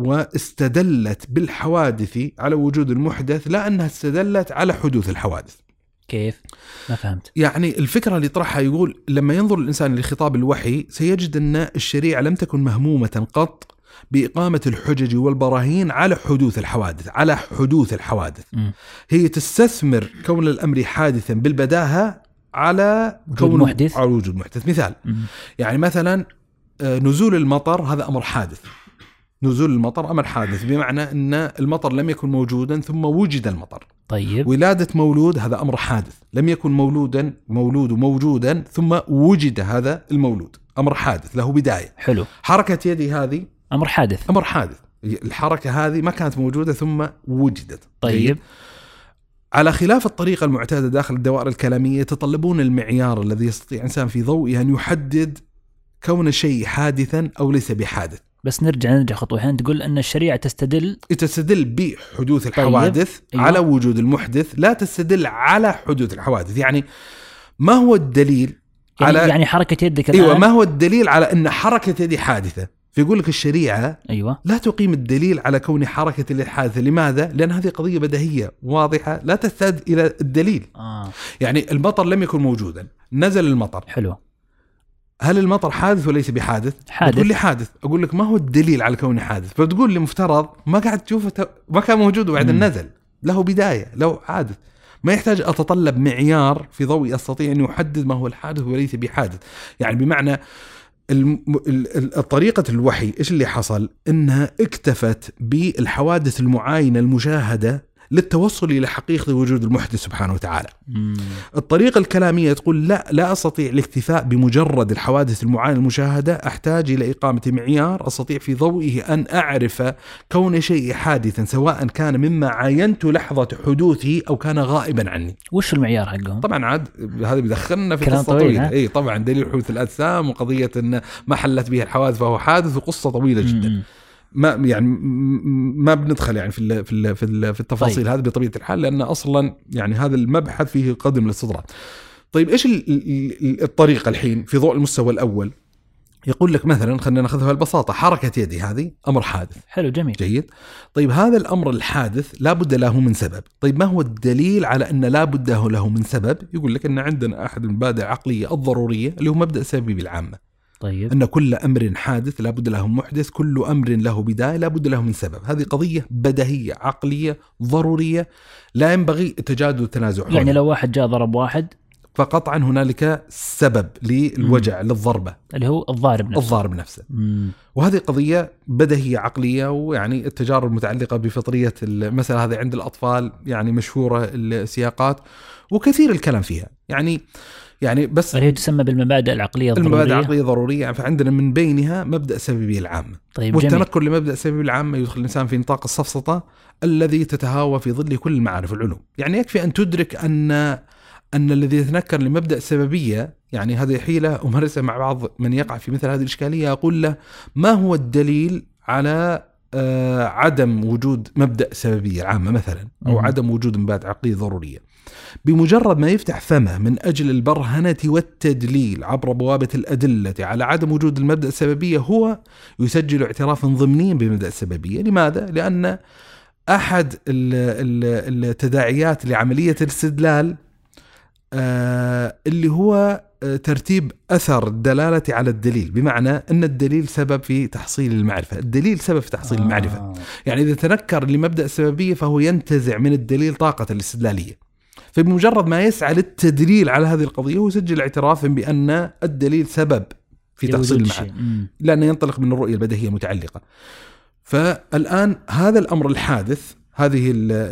واستدلت بالحوادث على وجود المحدث، لا أنها استدلت على حدوث الحوادث. كيف؟ ما فهمت. يعني الفكرة اللي طرحها يقول لما ينظر الإنسان لخطاب الوحي سيجد أن الشريعة لم تكن مهمومة قط بإقامة الحجج والبراهين على حدوث الحوادث على حدوث الحوادث م. هي تستثمر كون الأمر حادثا بالبداهة على كون محدث. على وجود محدث. مثال م. يعني مثلا نزول المطر هذا أمر حادث، نزول المطر أمر حادث، بمعنى أن المطر لم يكن موجودا ثم وجد المطر. طيب. ولادة مولود هذا أمر حادث، لم يكن مولودا مولود موجودا ثم وجد هذا المولود، أمر حادث له بداية. حلو. حركة يدي هذه أمر حادث. أمر حادث، الحركة هذه ما كانت موجودة ثم وجدت. طيب. على خلاف الطريقة المعتادة داخل الدوائر الكلامية، يتطلبون المعيار الذي يستطيع إنسان في ضوئه أن يحدد كون شيء حادثا أو ليس بحادث. بس نرجع نرجع خطوتين، تقول أن الشريعة تستدل تستدل بحدوث الحوادث. طيب. على وجود المحدث، لا تستدل على حدوث الحوادث. يعني ما هو الدليل يعني على يعني حركة يدك الآن؟ أيوة، ما هو الدليل على أن حركة يدي حادثة؟ فيقول لك الشريعة أيوة. لا تقيم الدليل على كون حركة اليد حادثة. لماذا؟ لأن هذه قضية بديهية واضحة لا تحتاج إلى الدليل. آه. يعني المطر لم يكن موجودا، نزل المطر. حلو. هل المطر حادث وليس بحادث؟ حادث. تقول لي حادث، أقول لك ما هو الدليل على كونه حادث؟ فتقول لي مفترض ما قاعد تشوفه، ما كان موجود وبعد النزل، له بداية له حادث، ما يحتاج أتطلب معيار في ضوء أستطيع أن يحدد ما هو الحادث وليس بحادث. يعني بمعنى الطريقة الوحي إيش اللي حصل؟ إنها اكتفت بالحوادث المعاينة المشاهدة للتوصل إلى حقيقة وجود المحدث سبحانه وتعالى. مم. الطريقة الكلامية تقول لا لا أستطيع الاكتفاء بمجرد الحوادث المعاينة المشاهدة، أحتاج إلى إقامة معيار أستطيع في ضوئه أن أعرف كون شيء حادثا، سواء كان مما عاينت لحظة حدوثه أو كان غائبا عني. وش المعيار حقهم؟ طبعا عاد هذا بيدخلنا في قصة طويلة. أي طبعا دليل حدوث الأجسام وقضية أن ما حلت به الحوادث فهو حادث، وقصة طويلة جدا. مم. ما يعني ما بندخل يعني في ال في ال في, ال في التفاصيل. طيب. هذه بطبيعة الحال لأن أصلا يعني هذا المبحث فيه قدم للاستطراد. طيب إيش الطريقة الحين في ضوء المستوى الأول؟ يقول لك مثلا خلينا ناخذها ببساطة، حركة يدي هذه أمر حادث. حلو جميل جيد. طيب هذا الأمر الحادث لا بد له من سبب. طيب ما هو الدليل على أن لا بد له من سبب؟ يقول لك أن عندنا أحد المبادئ العقلية الضرورية اللي هو مبدأ السبب بالعامة. طيب. أن كل أمر حادث لا بد له محدث، كل أمر له بداية لا بد له من سبب. هذه قضية بديهية عقلية ضرورية لا ينبغي التجادل والتنازع حولها. يعني لو واحد جاء ضرب واحد فقطعا هنالك سبب للوجع مم. للضربة اللي هو الضارب نفسه. الضارب نفسه. مم. وهذه قضية بديهية عقلية، ويعني التجارب المتعلقة بفطرية المسألة هذه عند الأطفال يعني مشهورة السياقات وكثير الكلام فيها. يعني يعني بس هي تسمى بالمبادئ العقلية الضرورية. المبادئ العقلية ضرورية. يعني فعندنا من بينها مبدأ السببية العامة. طيب والتنكر لمبدأ السببية العامة يدخل الإنسان في نطاق السفسطة الذي تتهاوى في ظل كل المعارف والعلوم. يعني يكفي أن تدرك أن أن الذي يتنكر لمبدأ السببية، يعني هذه حيلة أمارسها مع بعض من يقع في مثل هذه الإشكالية، أقول له ما هو الدليل على آه عدم وجود مبدأ السببية العامة مثلا، أو م- عدم وجود مبادئ عقلية ضرورية. بمجرد ما يفتح فمه من أجل البرهنة والتدليل عبر بوابة الأدلة على عدم وجود المبدأ السببية، هو يسجل اعترافا ضمنيا بمبدأ السببية. لماذا؟ لأن أحد التداعيات لعملية الاستدلال آه اللي هو ترتيب أثر الدلالة على الدليل، بمعنى أن الدليل سبب في تحصيل المعرفة، الدليل سبب في تحصيل آه. المعرفة. يعني إذا تنكر لمبدأ السببية فهو ينتزع من الدليل طاقة الاستدلالية، فبمجرد ما يسعى للتدليل على هذه القضية هو يسجل اعترافا بأن الدليل سبب في تحصيل المعرفة، لأنه ينطلق من الرؤية البديهية متعلقة. فالآن هذا الأمر الحادث، هذه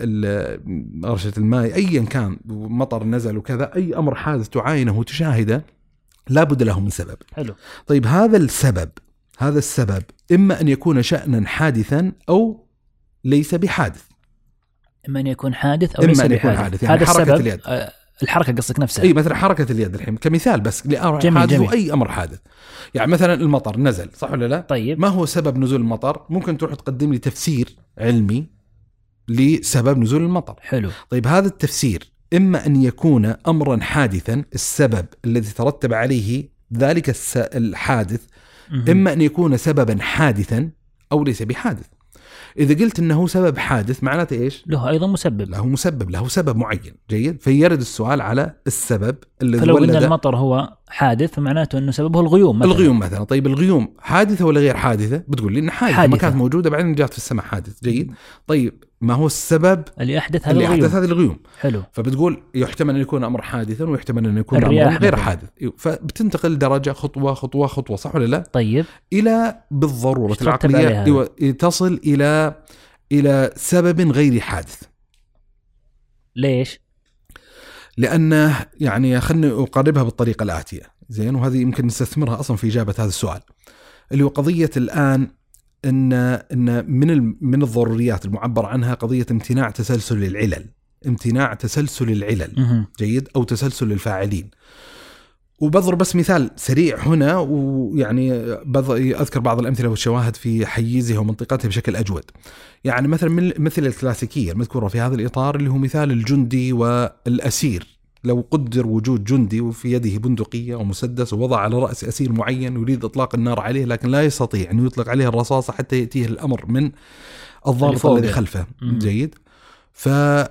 غرشة الماء أيا كان، مطر نزل وكذا، أي أمر حادث تعاينه وتشاهده لا بد له من سبب. حلو. طيب هذا السبب هذا السبب إما أن يكون شأنا حادثا أو ليس بحادث. إما أن يكون حادث أو ليس بحادث. يعني هذا حركة السبب اليد. الحركة قصدك نفسها. أي مثلا حركة اليد الحين كمثال بس لحادث وأي أمر حادث. يعني مثلا المطر نزل، صح ولا لا؟ طيب. ما هو سبب نزول المطر؟ ممكن تروح تقدم لي تفسير علمي لسبب نزول المطر. حلو. طيب هذا التفسير إما أن يكون أمرا حادثا، السبب الذي ترتب عليه ذلك الحادث م- إما أن يكون سببا حادثا أو ليس بحادث. إذا قلت أنه سبب حادث معناته إيش؟ له أيضا مسبب. له مسبب، له سبب معين. جيد. فيرد السؤال على السبب الذي فلو أن المطر هو حادث فمعناته أنه سببه الغيوم مثلا. الغيوم مثلا. طيب الغيوم حادثة ولا غير حادثة؟ بتقول لي إن حادثة, حادثة. ما كانت موجودة بعدين جات في السماء حادث. جيد. طيب ما هو السبب اللي أحدث هذه اللي الغيوم. أحدث هذه الغيوم. حلو. فبتقول يحتمل أن يكون أمر حادثا ويحتمل أن يكون أمر غير مثلا. حادث. فبتنتقل درجة خطوة خطوة خطوة، صح ولا لا؟ طيب. إلى بالضرورة العقلية تصل إلى إلى سبب غير حادث. ليش؟ لأنه يعني خلني أقربها بالطريقة الآتية، زين، وهذه يمكن نستثمرها أصلا في إجابة هذا السؤال، اللي هو قضية الآن إن إن من من الضروريات المعبر عنها قضية امتناع تسلسل العلل، امتناع تسلسل العلل، جيد، أو تسلسل الفاعلين. وبضرب بس مثال سريع هنا، ويعني أذكر بعض الأمثلة والشواهد في حيزها ومنطقتها بشكل أجود. يعني مثلا من مثل الكلاسيكية المذكورة في هذا الإطار اللي هو مثال الجندي والأسير. لو قدر وجود جندي وفي يده بندقية ومسدس ووضع على رأس أسير معين يريد إطلاق النار عليه، لكن لا يستطيع أن يطلق عليه الرصاصة حتى يأتيه الأمر من الضابط الذي خلفه، جيد، ف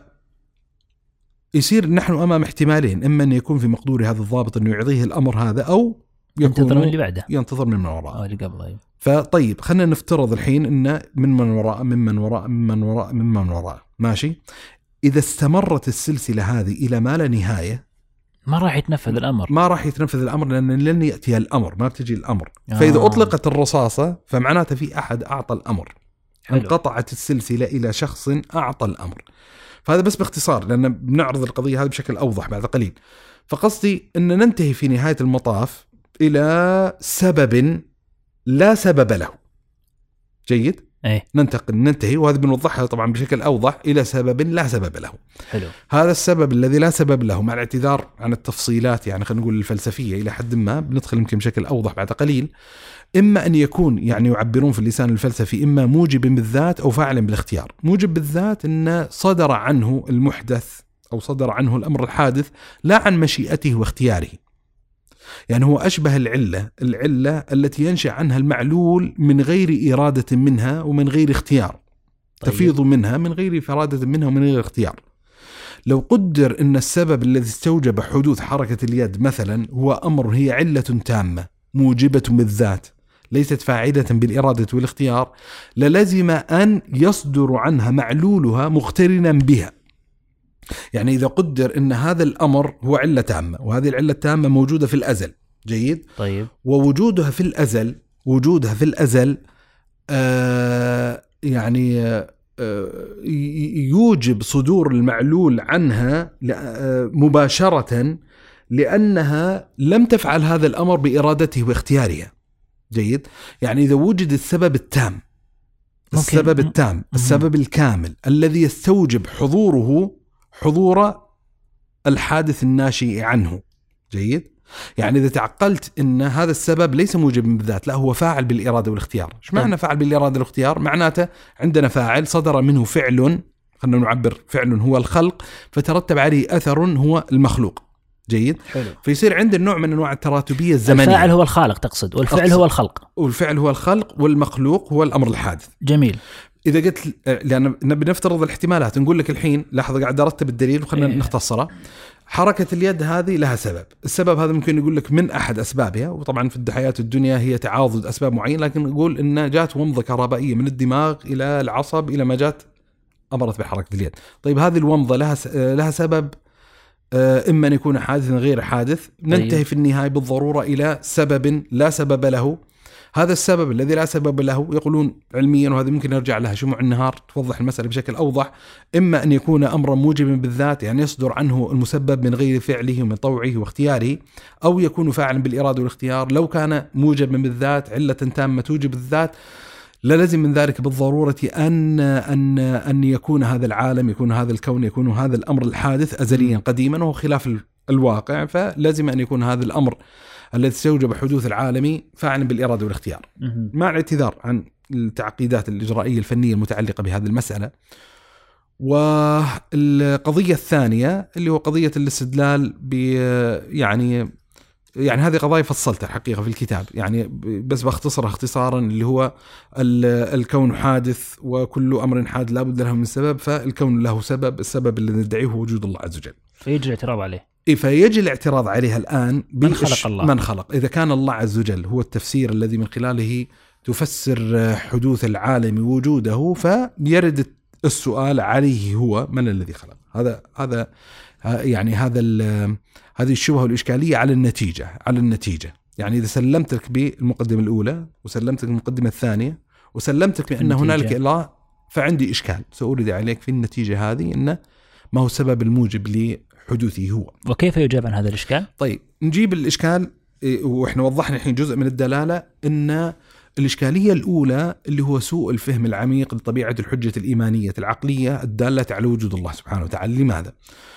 يصير نحن أمام احتمالين، إما أن يكون في مقدور هذا الضابط أنه يعطيه الأمر هذا، أو ينتظر من اللي بعده، ينتظر من من وراء آه اللي قبله. فطيب خلينا نفترض الحين أن من من وراء ممن وراء ممن وراء ممن وراء ماشي. إذا استمرت السلسلة هذه إلى ما لا نهاية ما راح يتنفذ الأمر، ما راح يتنفذ الأمر، لأن لن يأتي الأمر، ما بتجي الأمر. آه. فإذا أطلقت الرصاصة فمعناته في أحد أعطى الأمر، انقطعت السلسلة إلى شخص أعطى الأمر. فهذا بس باختصار، لأن بنعرض القضية هذه بشكل أوضح بعد قليل. فقصدي أن ننتهي في نهاية المطاف إلى سبب لا سبب له، جيد؟ أيه؟ ننتقل ننتهي، وهذا بنوضحها طبعا بشكل أوضح، إلى سبب لا سبب له. حلو. هذا السبب الذي لا سبب له، مع الاعتذار عن التفصيلات يعني خلينا نقول الفلسفية إلى حد ما، بندخل يمكن بشكل أوضح بعد قليل. إما أن يكون يعني يعبرون في اللسان الفلسفي إما موجب بالذات أو فاعل بالاختيار. موجب بالذات أن صدر عنه المحدث أو صدر عنه الأمر الحادث لا عن مشيئته واختياره، يعني هو أشبه العلة العلة التي ينشأ عنها المعلول من غير إرادة منها ومن غير اختيار. طيب. تفيض منها من غير إرادة منها ومن غير اختيار. لو قدر أن السبب الذي استوجب حدوث حركة اليد مثلا هو أمر هي علة تامة موجبة بالذات ليست فاعلة بالإرادة والاختيار، للزم أن يصدر عنها معلولها مقترنا بها. يعني إذا قدر أن هذا الأمر هو علة تامة، وهذه العلة التامة موجودة في الأزل، جيد؟ طيب. ووجودها في الأزل وجودها في الأزل آه يعني آه يوجب صدور المعلول عنها مباشرة، لأنها لم تفعل هذا الأمر بإرادته واختيارها، جيد؟ يعني إذا وجد السبب التام، السبب التام السبب الكامل الذي يستوجب حضوره حضور الحادث الناشئ عنه، جيد؟ يعني إذا تعقلت أن هذا السبب ليس موجب بالذات، لا هو فاعل بالإرادة والاختيار. إيش معنى فاعل بالإرادة والاختيار؟ معناته عندنا فاعل صدر منه فعل، خلنا نعبر فعل هو الخلق، فترتب عليه أثر هو المخلوق، جيد؟ حلو. فيصير عندنا نوع من أنواع التراتبية الزمنية. الفاعل هو الخالق تقصد، والفعل أقصد. هو الخلق، والفعل هو الخلق والمخلوق هو الأمر الحادث. جميل. إذا قلت لأن نبي نفترض الاحتمالات، نقول لك الحين لحظة قاعد أرتب الدليل وخلنا إيه. نختصره. حركة اليد هذه لها سبب، السبب هذا ممكن يقول لك من أحد أسبابها، وطبعا في الحياة الدنيا هي تعاضد أسباب معينة، لكن نقول إن جات ومضة كهربائية من الدماغ إلى العصب إلى ما جات أمرت بحركة اليد. طيب هذه الومضة لها لها سبب، إما أن يكون حادثا غير حادث. ننتهي في النهاية بالضرورة إلى سبب لا سبب له. هذا السبب الذي لا سبب له يقولون علميا، وهذا ممكن نرجع لها شموع النهار توضح المسألة بشكل أوضح، إما أن يكون أمرا موجبا بالذات، يعني يصدر عنه المسبب من غير فعله ومن طوعه واختياره، أو يكون فاعلا بالإرادة والاختيار. لو كان موجبا بالذات علة تامة توجب بالذات، لازم من ذلك بالضرورة أن أن أن يكون هذا العالم، يكون هذا الكون، يكون هذا الأمر الحادث أزليا قديما وهو خلاف الواقع، فلازم أن يكون هذا الأمر الذي استوجب حدوث العالم فاعلا بالإرادة والاختيار، مع الاعتذار عن التعقيدات الإجرائية الفنية المتعلقة بهذه المسألة. والقضية الثانية اللي هو قضية الاستدلال ب يعني يعني هذه قضايا فصلتها الحقيقة في الكتاب، يعني بس باختصرها اختصارا، اللي هو الكون حادث وكل أمر حادث لا بد له من سبب، فالكون له سبب، السبب الذي ندعيه هو وجود الله عز وجل، فيجي الاعتراض عليه. إيه فيجي الاعتراض عليها الآن من خلق الله، من خلق. إذا كان الله عز وجل هو التفسير الذي من خلاله تفسر حدوث العالم وجوده، فيرد السؤال عليه هو من الذي خلق. هذا هذا يعني هذا هذه الشبهة والإشكالية على النتيجة على النتيجة يعني إذا سلمتك بالمقدمة الأولى وسلمتك بالمقدمة الثانية وسلمتك بأن هنالك الله، فعندي إشكال سأورد عليك في النتيجة هذه إنه ما هو السبب الموجب لحدوثه هو. وكيف يجاب عن هذا الإشكال؟ طيب نجيب الإشكال، وإحنا وضحنا الحين جزء من الدلالة، إن الإشكالية الأولى اللي هو سوء الفهم العميق لطبيعة الحجة الإيمانية العقلية الدالة على وجود الله سبحانه وتعالى. لماذا؟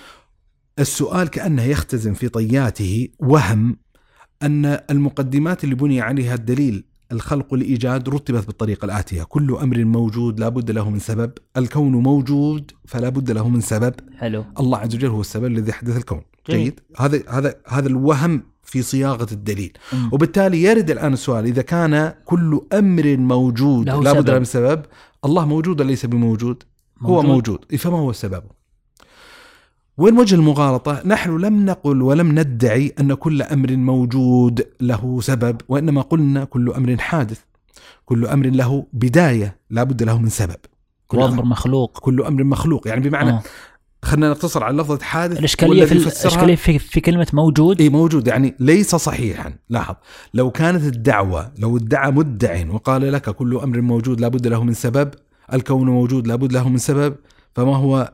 السؤال كأنه يختزن في طياته وهم أن المقدمات اللي بني عليها الدليل الخلق والإيجاد رتبت بالطريقة الآتية: كل أمر موجود لا بد له من سبب، الكون موجود فلا بد له من سبب. حلو. الله عز وجل هو السبب الذي حدث الكون. جيد, جيد. هذا هذا هذا الوهم في صياغة الدليل. م. وبالتالي يرد الآن السؤال: إذا كان كل أمر موجود لا بد له من سبب، الله موجود ليس بموجود؟ موجود. هو موجود، فما هو السبب؟ وين وجه المغالطة؟ نحن لم نقل ولم ندعي أن كل أمر موجود له سبب، وإنما قلنا كل أمر حادث، كل أمر له بداية لا بد له من سبب. كل أمر مخلوق، كل أمر مخلوق، يعني بمعنى آه. خلنا نقتصر على لفظة حادث. الإشكالية في, الإشكالية في, في كلمة موجود. إيه موجود يعني ليس صحيحا. لاحظ، لو كانت الدعوة، لو ادعى مدع وقال لك كل أمر موجود لا بد له من سبب، الكون موجود لا بد له من سبب، فما هو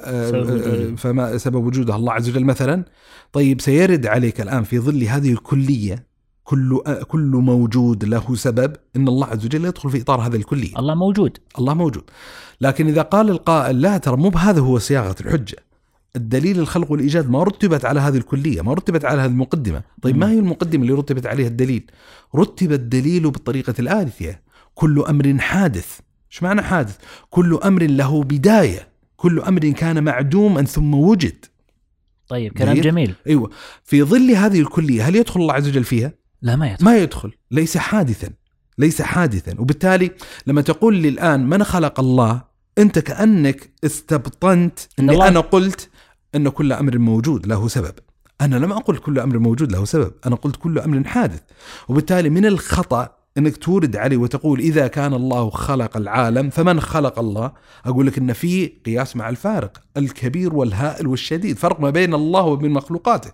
سبب, فما سبب وجوده الله عز وجل مثلا. طيب سيرد عليك الآن في ظل هذه الكلية كل كل موجود له سبب، إن الله عز وجل يدخل في إطار هذا الكلية. الله موجود، الله موجود. لكن إذا قال القائل لا ترى مو بهذا هو صياغة الحجة، الدليل الخلق والإيجاد ما رتبت على هذه الكلية، ما رتبت على هذه المقدمة. طيب ما هي المقدمة اللي رتبت عليها الدليل؟ رتب الدليل بالطريقة الآتية: كل أمر حادث. ايش معنى حادث؟ كل أمر له بداية، كل أمر كان معدوما ثم وجد. طيب كلام جيد؟ جميل. أيوة. في ظل هذه الكلية هل يدخل الله عز وجل فيها؟ لا ما يدخل. ما يدخل، ليس حادثا، ليس حادثا. وبالتالي لما تقول لي الآن من خلق الله، أنت كأنك استبطنت أن أنا قلت أن كل أمر موجود له سبب. أنا لم أقل كل أمر موجود له سبب، أنا قلت كل أمر حادث. وبالتالي من الخطأ أنك تورد عليه وتقول إذا كان الله خلق العالم فمن خلق الله. أقول لك أن في قياس مع الفارق الكبير والهائل والشديد، فرق ما بين الله وبين مخلوقاته.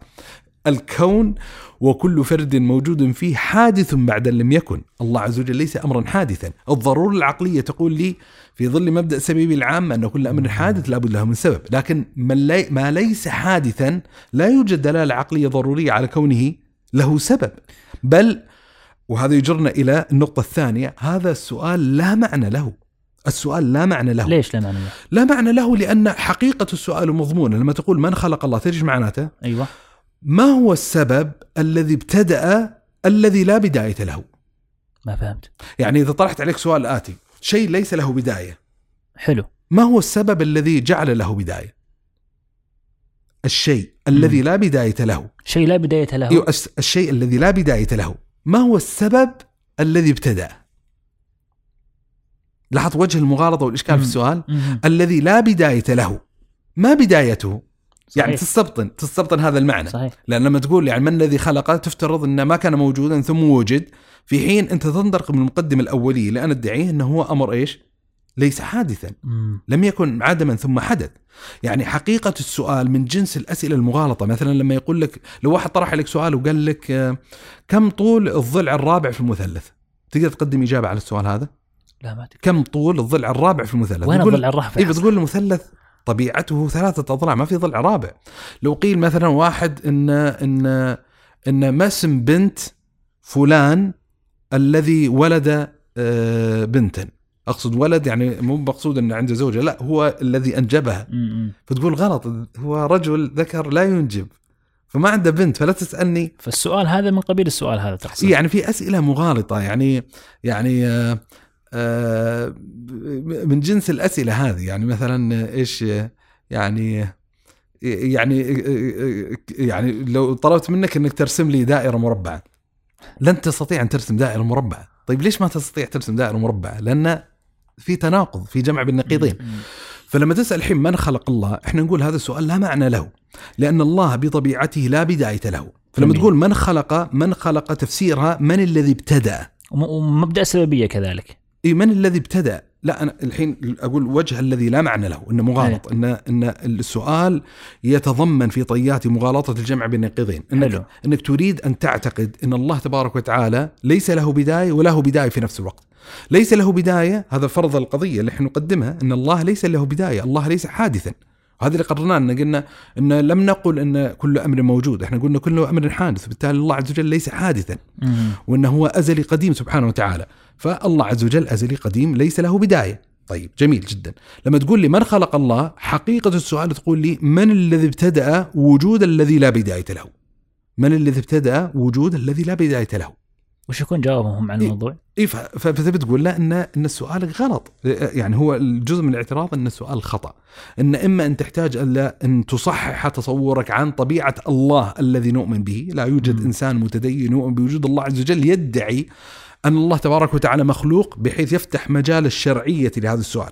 الكون وكل فرد موجود فيه حادث بعد لم يكن. الله عز وجل ليس أمرا حادثا. الضرورة العقلية تقول لي في ظل مبدأ سبيبي العام أن كل أمر حادث لا بد له من سبب، لكن ما ليس حادثا لا يوجد دلالة عقلية ضرورية على كونه له سبب. بل وهذا يجرنا إلى النقطة الثانية: هذا السؤال لا معنى له. السؤال لا معنى له. ليش لا معنى له؟ لا معنى له لأن حقيقة السؤال مضمونة. لما تقول من خلق الله تجي معناته أيوة. ما هو السبب الذي ابتدأ الذي لا بداية له؟ ما فهمت. يعني إذا طرحت عليك سؤال آتي: شيء ليس له بداية، حلو، ما هو السبب الذي جعل له بداية؟ الشيء م. الذي لا بداية له. شيء لا بداية له. أيوة. الشيء الذي لا بداية له ما هو السبب الذي ابتدأ؟ لاحظ وجه المغالطة والإشكال م. في السؤال. م. الذي لا بداية له ما بدايته؟ صحيح. يعني تستبطن تستبطن هذا المعنى. صحيح. لأن لما تقول يعني من الذي خلقه تفترض أنه ما كان موجودا ثم وجد، في حين أنت تنطلق من المقدمة الأولية لأن ادعيه أنه هو أمر إيش؟ ليس حادثا. م. لم يكن عدما ثم حدث. يعني حقيقة السؤال من جنس الأسئلة المغالطة. مثلا لما يقول لك، لو واحد طرح لك سؤال وقال لك كم طول الضلع الرابع في المثلث، تقدر تقدم إجابة على السؤال هذا؟ لا ما تقدر. كم طول الضلع الرابع في المثلث؟ وين الضلع الرابع؟ إيه بتقول المثلث طبيعته ثلاثة أضلاع، ما في ضلع رابع. لو قيل مثلا واحد إن إن إن ما اسم بنت فلان الذي ولد بنتا، أقصد ولد يعني مو بقصود إن عنده زوجة، لا هو الذي أنجبها. م-م. فتقول غلط، هو رجل ذكر لا ينجب فما عنده بنت، فلا تسألني. فالسؤال هذا من قبيل السؤال هذا تقصد. يعني في أسئلة مغالطة، يعني يعني آه آه من جنس الأسئلة هذه. يعني مثلا إيش يعني يعني يعني لو طلبت منك إنك ترسم لي دائرة مربعة لن تستطيع أن ترسم دائرة مربعة. طيب ليش ما تستطيع ترسم دائرة مربعة؟ لأن في تناقض، في جمع بين النقيضين. فلما تسأل الحين من خلق الله، احنا نقول هذا السؤال لا معنى له، لأن الله بطبيعته لا بداية له. فلما تقول من خلق، من خلق تفسيرها من الذي ابتدأ، ومبدأ السببية كذلك. إيه من الذي ابتدأ؟ لا أنا الحين أقول وجه الذي لا معنى له، إنه مغالط، إن إن السؤال يتضمن في طيات مغالطة الجمع بين نقيضين، إنك, إنك تريد أن تعتقد إن الله تبارك وتعالى ليس له بداية وله بداية في نفس الوقت. ليس له بداية، هذا فرض القضية اللي احنا نقدمها، إن الله ليس له بداية، الله ليس حادثا. وهذا اللي قررناه، إن قلنا إن لم نقل إن كل أمر موجود، احنا قلنا كل أمر حادث، بالتالي الله عز وجل ليس حادثا، وإنه هو أزلي قديم سبحانه وتعالى. فالله عز وجل أزلي قديم ليس له بداية. طيب جميل جدا. لما تقول لي من خلق الله، حقيقة السؤال تقول لي من الذي ابتدأ وجود الذي لا بداية له؟ من الذي ابتدأ وجود الذي لا بداية له؟ وش يكون جوابهم عن الموضوع؟ إيه فتبي تقول له إن إن السؤال غلط. يعني هو الجزء من الاعتراض إن السؤال خطأ، إن إما أن تحتاج إلا أن تصحح تصورك عن طبيعة الله الذي نؤمن به. لا يوجد م. إنسان متدين يؤمن بوجود الله عز وجل يدعي أن الله تبارك وتعالى مخلوق بحيث يفتح مجال الشرعية لهذا السؤال.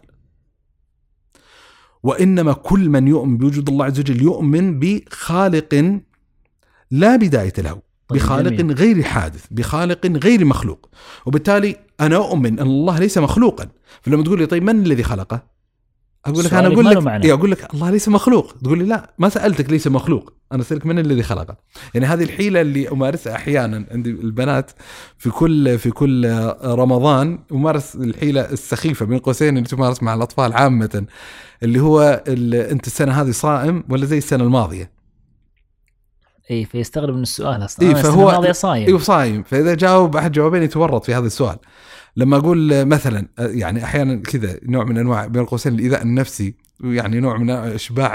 وإنما كل من يؤمن بوجود الله عز وجل يؤمن بخالق لا بداية له، بخالق جميل. غير حادث، بخالق غير مخلوق. وبالتالي أنا أؤمن أن الله ليس مخلوقا. فلما تقول لي طيب من الذي خلقه؟ أقول لك أنا أقول لك إيه أقول لك الله ليس مخلوق. تقول لي لا، ما سألتك ليس مخلوق، أنا أسألك من الذي خلقه. يعني هذه الحيلة اللي أمارسها أحيانا عند البنات في كل في كل رمضان، أمارس الحيلة السخيفة بين قوسين اللي تمارس مع الأطفال عامة، اللي هو أنت السنة هذه صائم ولا زي السنة الماضية؟ اي فيستغرب من السؤال اصلا. إيه فهو صايم ايوه صايم، فاذا جاوب احد جوابين يتورط في هذا السؤال. لما اقول مثلا يعني احيانا كذا نوع من انواع بين قوسين الايذاء النفسي، يعني نوع من اشباع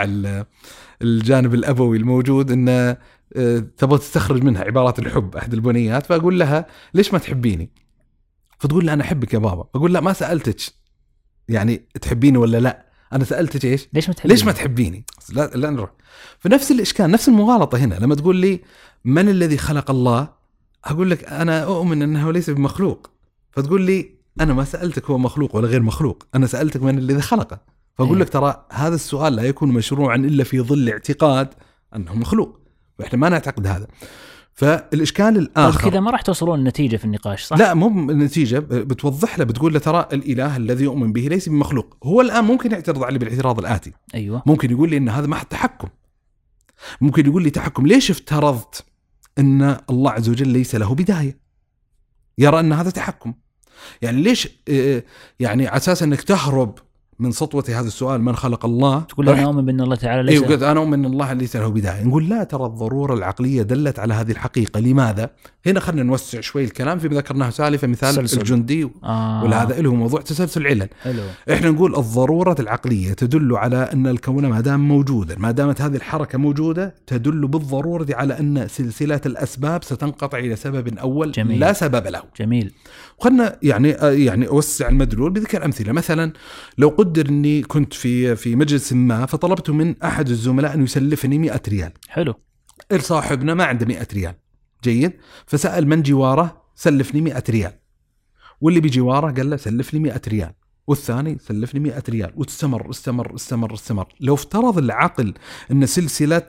الجانب الابوي الموجود، ان تبغى تستخرج منها عبارات الحب احد البنيات، فاقول لها ليش ما تحبيني؟ فتقول لي انا احبك يا بابا. اقول لا ما سالتك يعني تحبيني ولا لا، انا سالتك ايش ليش ما تحبيني؟ ليش ما تحبيني؟ لا لا نروح في نفس الاشكال، نفس المغالطه هنا. لما تقول لي من الذي خلق الله، اقول لك انا اؤمن انه ليس بمخلوق. فتقول لي انا ما سالتك هو مخلوق ولا غير مخلوق، انا سالتك من الذي خلقه. فاقول لك ترى هذا السؤال لا يكون مشروعا الا في ظل اعتقاد انه مخلوق، واحنا ما نعتقد هذا. فالإشكال الآخر طيب كذا ما راح توصلون النتيجة في النقاش صح؟ لا مو النتيجة، بتوضح له، بتقول له ترى الإله الذي يؤمن به ليس بمخلوق. هو الآن ممكن يعترض علي بالاعتراض الآتي. أيوة. ممكن يقول لي إن هذا ما حد تحكم، ممكن يقول لي تحكم، ليش افترضت أن الله عز وجل ليس له بداية؟ يرى أن هذا تحكم. يعني ليش يعني على أساس أنك تهرب من سطوة هذا السؤال من خلق الله، تقول أنا أؤمن بأن الله تعالى ليس أيوة أنا أؤمن أن الله ليس له بداية. نقول لا، ترى الضرورة العقلية دلت على هذه الحقيقة. لماذا؟ هنا خلنا نوسع شوي الكلام في ذكرناه سالفة مثال سلسل. الجندي آه. وهذا له موضوع تسلسل العلل. حلو. إحنا نقول الضرورة العقلية تدل على أن الكون ما دام موجودا، ما دامت هذه الحركة موجودة، تدل بالضرورة على أن سلسلة الأسباب ستنقطع إلى سبب أول جميل. لا سبب له. جميل. وخلنا يعني يعني أوسع المدلول بذكر أمثلة. مثلا لو قدر إني كنت في في مجلس ما، فطلبت من أحد الزملاء أن يسلفني مئة ريال. حلو. صاحبنا ما عنده مئة ريال. جيد. فسأل من جواره سلفني مئة ريال، واللي بجواره قال له سلفني مئة ريال، والثاني سلفني مئة ريال، واستمر استمر استمر استمر. لو افترض العقل أن سلسلة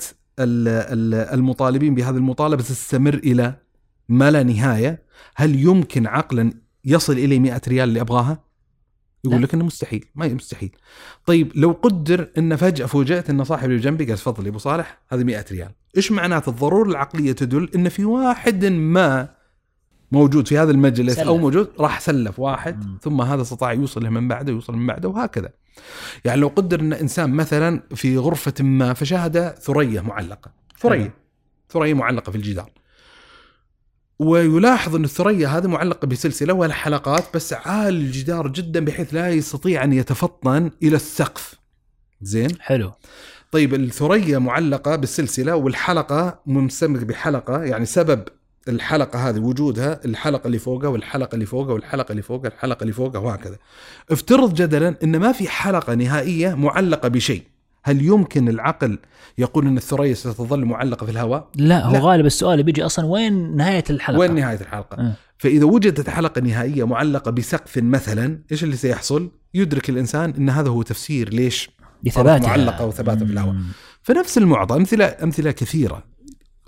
المطالبين بهذه المطالبة تستمر إلى ما لا نهاية، هل يمكن عقلا يصل إلي مئة ريال اللي أبغاها؟ يقول لك إنه مستحيل، ما هي مستحيل. طيب لو قدر إن فجأة فوجئت إن صاحبي اللي جنبي قال تفضل يا أبو صالح هذه مئة ريال، إيش معناته؟ الضرورة العقلية تدل إن في واحد ما موجود في هذا المجلس سلف. أو موجود راح سلف واحد م. ثم هذا استطاع يوصل له من بعده يوصل من بعده وهكذا. يعني لو قدر إن إنسان مثلا في غرفة ما فشاهد ثريا معلقة، ثريا ثريا معلقة في الجدار، ويلاحظ أن الثريا هذه معلقة بسلسلة ولا حلقات بس عالي الجدار جدا بحيث لا يستطيع أن يتفطن إلى السقف. زين. حلو. طيب الثريا معلقة بالسلسلة والحلقة ممسمك بحلقة، يعني سبب الحلقة هذه وجودها الحلقة اللي فوقها والحلقة اللي فوقها والحلقة اللي فوقها والحلقة اللي فوقها وهكذا. افترض جدلا أن ما في حلقة نهائية معلقة بشيء، هل يمكن العقل يقول أن الثريا ستظل معلقة في الهواء؟ لا, هو لا. غالب السؤال بيجي أصلا وين نهاية الحلقة؟ وين نهاية الحلقة؟ أه. فإذا وجدت حلقة نهائية معلقة بسقف مثلا، إيش اللي سيحصل؟ يدرك الإنسان أن هذا هو تفسير ليش لثباتها معلقة وثباتها في الهواء. فنفس المعطى، أمثلة أمثلة كثيرة.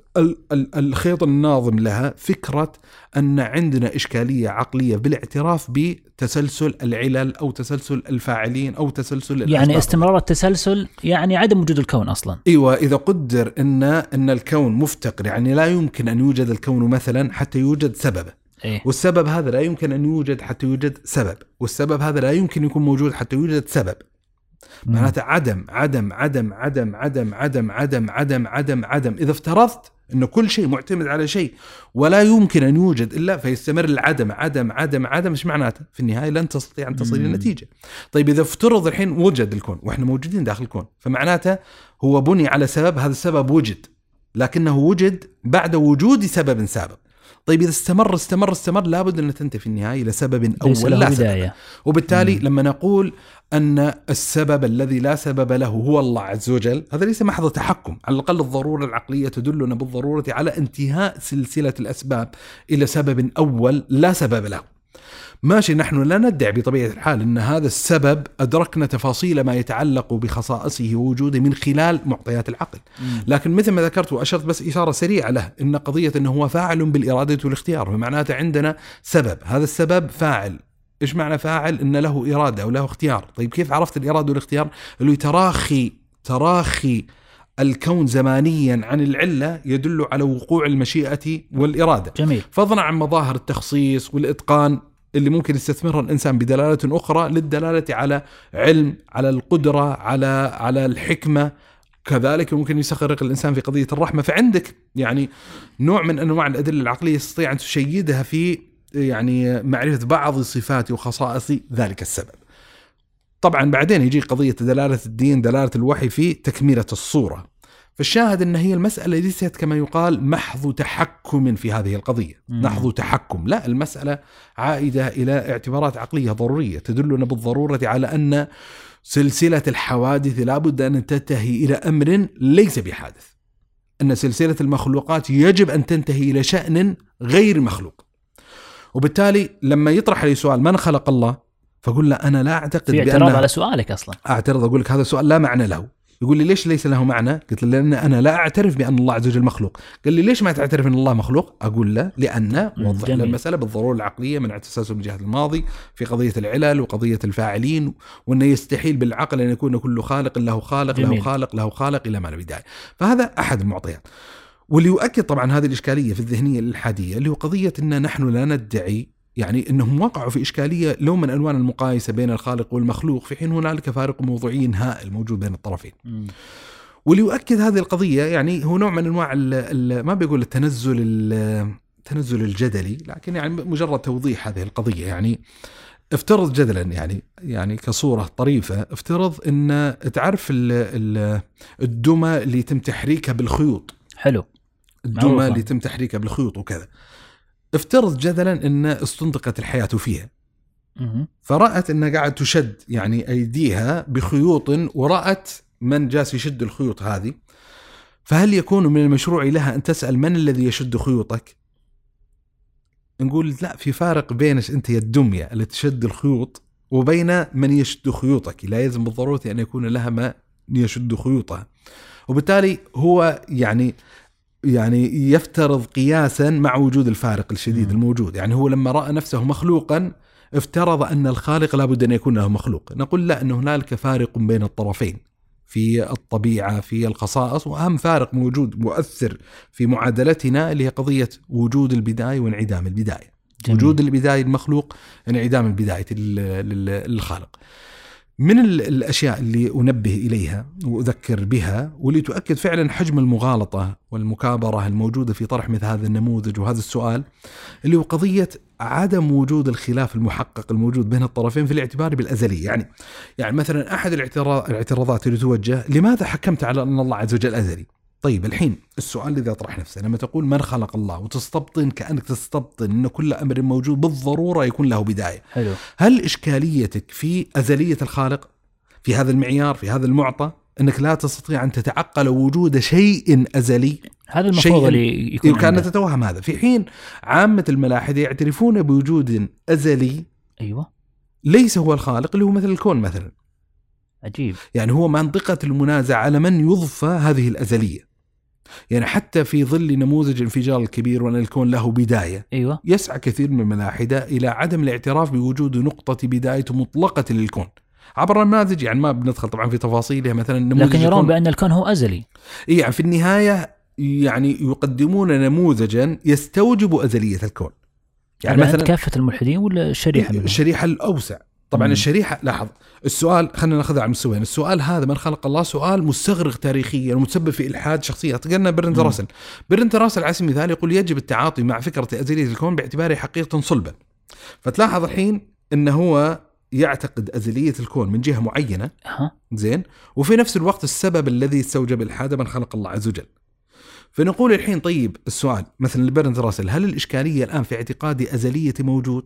الخيط الناظم لها فكرة أن عندنا إشكالية عقلية بالاعتراف بتسلسل العلل أو تسلسل الفاعلين أو تسلسل الأسباب. يعني استمرار التسلسل يعني عدم وجود الكون أصلا. أيوة، إذا قدر أن أن الكون مفتقر، يعني لا يمكن أن يوجد الكون مثلا حتى يوجد سببه، إيه؟ والسبب هذا لا يمكن أن يوجد حتى يوجد سبب، والسبب هذا لا يمكن يكون موجود حتى يوجد سبب. معناته عدم عدم عدم عدم عدم عدم عدم عدم عدم عدم. إذا افترضت أنه كل شيء معتمد على شيء ولا يمكن أن يوجد إلا، فيستمر العدم عدم عدم عدم، إيش معناته؟ في النهاية لن تستطيع أن تصل للنتيجة. طيب إذا افترض الحين وجد الكون وإحنا موجودين داخل الكون، فمعناته هو بني على سبب، هذا السبب وجد لكنه وجد بعد وجود سبب سابق. طيب إذا استمر استمر استمر لابد أن تنتهي في النهاية إلى سبب أول لا سبب. وبالتالي مم. لما نقول أن السبب الذي لا سبب له هو الله عز وجل، هذا ليس محض تحكم. على الأقل الضرورة العقلية تدلنا بالضرورة على انتهاء سلسلة الأسباب إلى سبب أول لا سبب له. ماشي، نحن لا ندعي بطبيعة الحال أن هذا السبب أدركنا تفاصيل ما يتعلق بخصائصه ووجوده من خلال معطيات العقل، لكن مثل ما ذكرت وأشرت بس إشارة سريعة له، إن قضية أنه هو فاعل بالإرادة والاختيار، ومعناته عندنا سبب، هذا السبب فاعل. إيش معنى فاعل؟ إن له إرادة وله اختيار. طيب كيف عرفت الإرادة والاختيار؟ اللي تراخي تراخي الكون زمانيا عن العلة يدل على وقوع المشيئة والإرادة. جميل. فضلا عن مظاهر التخصيص والإتقان اللي ممكن يستثمرها الإنسان بدلالة أخرى للدلالة على علم، على القدرة، على على الحكمة. كذلك ممكن يستغرق الإنسان في قضية الرحمة. فعندك يعني نوع من أنواع الأدلة العقلية يستطيع أن تشيدها في يعني معرفة بعض صفات وخصائص ذلك السبب. طبعا بعدين يجي قضية دلالة الدين، دلالة الوحي في تكملة الصورة. فالشاهد أن هي المسألة ليست كما يقال محض تحكم في هذه القضية، محض تحكم، لا، المسألة عائدة إلى اعتبارات عقلية ضرورية تدلنا بالضرورة على أن سلسلة الحوادث لابد أن تنتهي إلى أمر ليس بحادث، أن سلسلة المخلوقات يجب أن تنتهي إلى شأن غير مخلوق. وبالتالي لما يطرح لي سؤال من خلق الله، فقل له أنا لا أعتقد في اعتراض على سؤالك أصلا. أعترض أقول لك هذا السؤال لا معنى له. يقول لي ليش ليس له معنى؟ قلت له لأن أنا لا أعترف بأن الله عز وجل مخلوق. قال لي ليش ما تعترف أن الله مخلوق؟ أقول له لأن وضح له المسألة بالضرورة العقلية من اعتساس من جهة الماضي في قضية العلل وقضية الفاعلين، وأنه يستحيل بالعقل أن يكون كل خالق له خالق جميل. له خالق له خالق إلى ما لا بداية. فهذا أحد المعطيات. واللي يؤكد طبعا هذه الإشكالية في الذهنية الإلحادية اللي هو قضية أن نحن لا ندعي يعني أنهم وقعوا في إشكالية لو من ألوان المقايسة بين الخالق والمخلوق، في حين هنالك فارق موضوعي هائل موجود بين الطرفين. م. واللي يؤكد هذه القضية يعني هو نوع من أنواع ال ال ما بيقول التنزل التنزل الجدلي، لكن يعني مجرد توضيح هذه القضية. يعني افترض جدلا يعني يعني كصورة طريفة، افترض أن تعرف الدمى اللي يتم تحريكها بالخيوط. حلو. الدمى اللي يتم تحريكها بالخيوط وكذا. افترض جدلا أن استنطقت الحياة فيها، فرأت أنها قاعد تشد يعني أيديها بخيوط، ورأت من جالس يشد الخيوط هذه، فهل يكون من المشروع لها أن تسأل من الذي يشد خيوطك؟ نقول لا، في فارق بينش أنت يا الدمية اللي تشد الخيوط وبين من يشد خيوطك. لا يلزم بالضرورة أن يكون لها ما يشد خيوطها. وبالتالي هو يعني يعني يفترض قياسا مع وجود الفارق الشديد الموجود. يعني هو لما رأى نفسه مخلوقا افترض أن الخالق لابد أن يكون له مخلوق. نقول لا، أنه هنالك فارق بين الطرفين في الطبيعة في الخصائص، وأهم فارق موجود مؤثر في معادلتنا اللي هي قضية وجود البداية وانعدام البداية. جميل. وجود البداية المخلوق، انعدام البداية للخالق. من الأشياء اللي أنبه إليها وأذكر بها واللي تؤكد فعلا حجم المغالطة والمكابرة الموجودة في طرح مثل هذا النموذج وهذا السؤال، اللي هو قضية عدم وجود الخلاف المحقق الموجود بين الطرفين في الاعتبار بالأزلي. يعني يعني مثلا أحد الاعتراضات اللي توجه، لماذا حكمت على أن الله عز وجل أزلي؟ طيب الحين السؤال الذي يطرح نفسه لما تقول من خلق الله وتستبطن كأنك تستبطن أن كل أمر موجود بالضرورة يكون له بداية. حلو. هل إشكاليتك في أزلية الخالق في هذا المعيار في هذا المعطى أنك لا تستطيع أن تتعقل وجود شيء أزلي؟ هذا المفروض اللي يكون كانت تتوهم هذا، في حين عامة الملاحدة يعترفون بوجود أزلي أيوة ليس هو الخالق، اللي هو مثل الكون مثلا. عجيب. يعني هو منطقة المنازع على من يضفى هذه الأزلية. يعني حتى في ظل نموذج الانفجار الكبير وأن الكون له بداية، أيوة. يسعى كثير من الملاحدة إلى عدم الاعتراف بوجود نقطة بداية مطلقة للكون عبر نماذج، يعني ما بندخل طبعا في تفاصيلها، مثلا نموذج لكن يرون بأن الكون هو أزلي. يعني في النهاية يعني يقدمون نموذجا يستوجب أزلية الكون. يعني مثلا كافة الملحدين ولا الشريحة منهم؟ الشريحة الأوسع طبعا. مم. الشريحة، لاحظ السؤال، خلينا ناخذها على مستويين. السؤال هذا من خلق الله سؤال مستغرق تاريخيا ومتسبب في إلحاد شخصيات. قلنا برنت راسل برنت راسل على سبيل المثال يقول يجب التعاطي مع فكرة أزلية الكون باعتباره حقيقة صلبة. فتلاحظ الحين إنه هو يعتقد أزلية الكون من جهة معينة، زين، وفي نفس الوقت السبب الذي استوجب الحادث من خلق الله عز وجل. فنقول الحين طيب السؤال مثلا لبرنت راسل، هل الإشكالية الآن في اعتقاد أزلية موجود،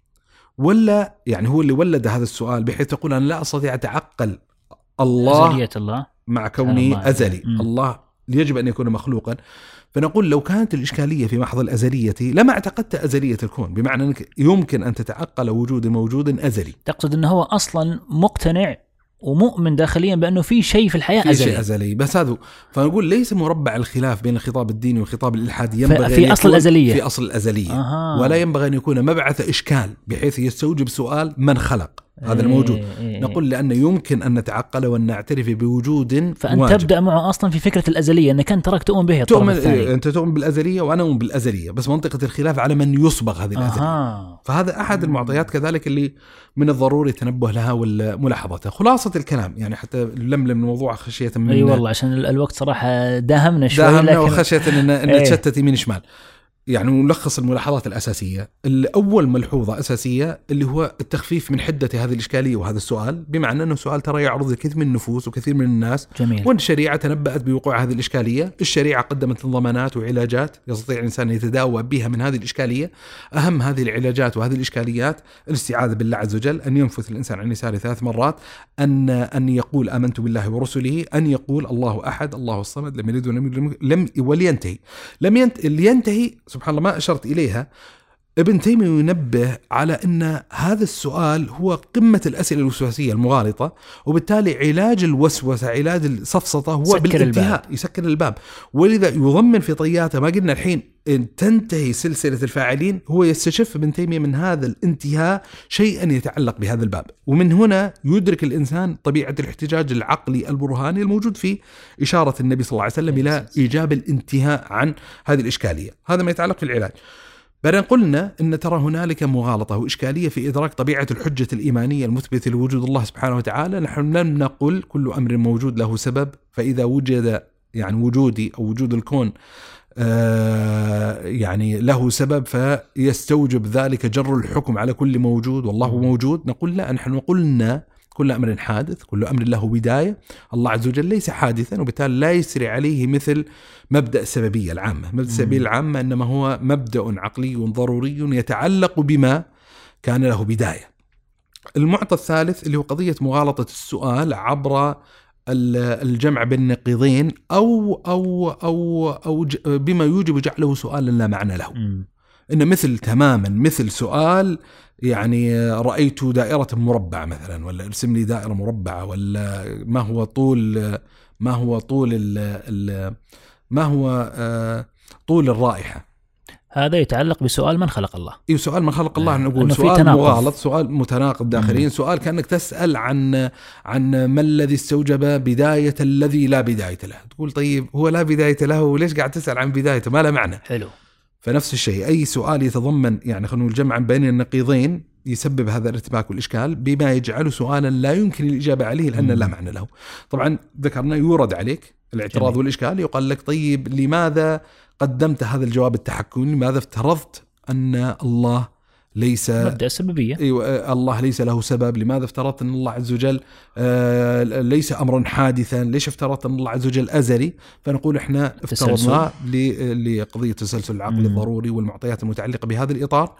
ولا يعني هو اللي ولد هذا السؤال بحيث يقول أنا لا أستطيع أتعقل الله, أزلية الله مع كوني الله أزلي، مم. الله يجب أن يكون مخلوقا. فنقول لو كانت الإشكالية في محض الأزلية لما اعتقدت أزلية الكون، بمعنى أنك يمكن أن تتعقل وجود موجود أزلي. تقصد أنه هو أصلا مقتنع ومؤمن داخليا بأنه في شيء في الحياة في أزلي. شيء أزلي بس هذا. فنقول ليس مربع الخلاف بين الخطاب الديني والخطاب الإلحادي ينبغي في أصل الأزلية، في أصل الأزلية آه. ولا ينبغي أن يكون مبعث إشكال بحيث يستوجب سؤال من خلق هذا الموجود. إيه نقول لأنه يمكن أن نتعقل وأن نعترف بوجود فأنت واجب. تبدأ معه أصلا في فكرة الأزلية أنك أنت تراك تؤمن به الطرف الثاني. أنت تؤمن بالأزلية وأنا أؤمن بالأزلية، بس منطقة الخلاف على من يصبغ هذه الأزلية. آه. فهذا أحد المعطيات كذلك اللي من الضروري التنبه لها وملاحظتها. خلاصة الكلام يعني حتى لملم الموضوع خشية من أي والله عشان الوقت صراحة داهمنا شوي، داهمنا لكن وخشية أن, أن تشتت يمين شمال. يعني نلخص الملاحظات الأساسية. الأول ملحوظة أساسية اللي هو التخفيف من حدة هذه الإشكالية وهذا السؤال، بمعنى أنه سؤال ترى يعرض كثير من النفوس وكثير من الناس. جميل. وأن الشريعة تنبأت بوقوع هذه الإشكالية، الشريعة قدمت ضمانات وعلاجات يستطيع الإنسان أن يتداوى بها من هذه الإشكالية. أهم هذه العلاجات وهذه الإشكاليات الاستعاذة بالله عز وجل، أن ينفث الإنسان عن يساره ثلاث مرات، أن أن يقول آمنت بالله ورسله، أن يقول الله أحد الله الصمد لم يلد ولم يولد لم ولينتهي لم ينت... لينتهي. سبحان الله ما أشرت إليها. ابن تيمية ينبه على أن هذا السؤال هو قمة الأسئلة الوسواسية المغالطة، وبالتالي علاج الوسوسة علاج السفسطة هو بالانتهاء، يسكر الباب. ولذا يضمن في طياته ما قلنا الحين إن تنتهي سلسلة الفاعلين، هو يستشف ابن تيمية من هذا الانتهاء شيئا يتعلق بهذا الباب. ومن هنا يدرك الإنسان طبيعة الاحتجاج العقلي البرهاني الموجود في إشارة النبي صلى الله عليه وسلم إلى إيجاب الانتهاء عن هذه الإشكالية. هذا ما يتعلق في العلاج. بعدين قلنا إن ترى هنالك مغالطة وإشكالية في إدراك طبيعة الحجة الإيمانية المثبتة لوجود الله سبحانه وتعالى. نحن لم نقل كل أمر موجود له سبب، فإذا وجد يعني وجودي أو وجود الكون آه يعني له سبب فيستوجب ذلك جر الحكم على كل موجود والله موجود. نقول لا، نحن قلنا كل أمر حادث، كل أمر له بداية. الله عز وجل ليس حادثا، وبالتالي لا يسري عليه مثل مبدأ السببية العامة. مبدأ السببية العامة إنما هو مبدأ عقلي ضروري يتعلق بما كان له بداية. المعطى الثالث اللي هو قضية مغالطة السؤال عبر الجمع بين النقيضين أو أو أو أو بما يوجب جعله سؤالا لا معنى له. إنه مثل تماما مثل سؤال يعني رأيت دائرة مربعة مثلا، ولا ارسم لي دائرة مربعة، ولا ما هو طول ما هو طول ال ال ما هو طول الرائحة. هذا يتعلق بسؤال من خلق الله. إيه سؤال من خلق الله. نقول سؤال مغالط، سؤال متناقض داخليا. سؤال كأنك تسأل عن عن ما الذي استوجب بداية الذي لا بداية له. تقول طيب هو لا بداية له وليش قاعد تسأل عن بدايته؟ ما له معنى. حلو. فنفس الشيء أي سؤال يتضمن يعني خلونا نقول جمعا بين النقيضين يسبب هذا الارتباك والإشكال بما يجعله سؤالا لا يمكن الإجابة عليه لأن لا معنى له. طبعا ذكرنا يورد عليك الاعتراض جميل. والإشكال يقال لك طيب لماذا قدمت هذا الجواب التحكمي؟ لماذا افترضت أن الله ليس مبدأ السببية؟ أيوة الله ليس له سبب. لماذا افترضت أن الله عز وجل آه ليس أمرا حادثا؟ ليش افترضت أن الله عز وجل أزلي؟ فنقول إحنا افترضنا لقضية تسلسل العقل الضروري والمعطيات المتعلقة بهذا الإطار،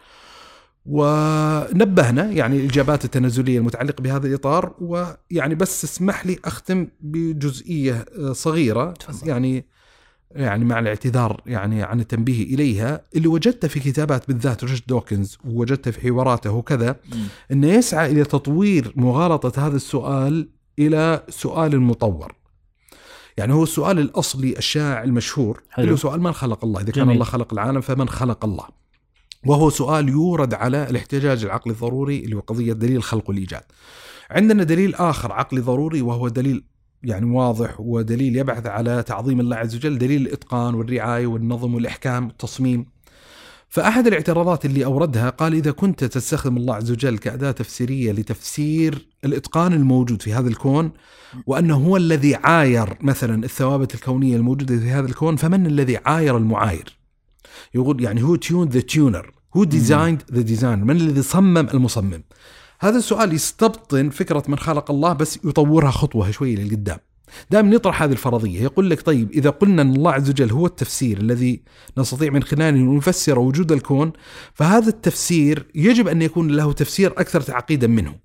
ونبهنا يعني الإجابات التنازلية المتعلقة بهذا الإطار. ويعني بس اسمح لي أختم بجزئية صغيرة يعني يعني مع الاعتذار يعني عن التنبيه إليها، اللي وجدت في كتابات بالذات ريتشارد دوكنز ووجدت في حواراته وكذا، إنه يسعى إلى تطوير مغالطة هذا السؤال إلى سؤال مطور. يعني هو السؤال الأصلي الشائع المشهور اللي هو سؤال من خلق الله؟ إذا كان جميل. الله خلق العالم فمن خلق الله؟ وهو سؤال يورد على الاحتجاج العقلي الضروري اللي هو قضية دليل الخلق والإيجاد. عندنا دليل آخر عقلي ضروري وهو دليل يعني واضح ودليل يبحث على تعظيم الله عز وجل، دليل الإتقان والرعاية والنظم والإحكام والتصميم. فأحد الاعتراضات اللي أوردها قال إذا كنت تستخدم الله عز وجل كأداة تفسيرية لتفسير الإتقان الموجود في هذا الكون وأنه هو الذي عاير مثلا الثوابت الكونية الموجودة في هذا الكون، فمن الذي عاير المعاير؟ يقول يعني هو tuned the tuner، هو designed the designer، من الذي صمم المصمم؟ هذا السؤال يستبطن فكرة من خلق الله بس يطورها خطوة شوية للقدام. دائما نطرح هذه الفرضية، يقول لك طيب إذا قلنا أن الله عز وجل هو التفسير الذي نستطيع من خلاله أن نفسر وجود الكون، فهذا التفسير يجب أن يكون له تفسير أكثر تعقيدا منه.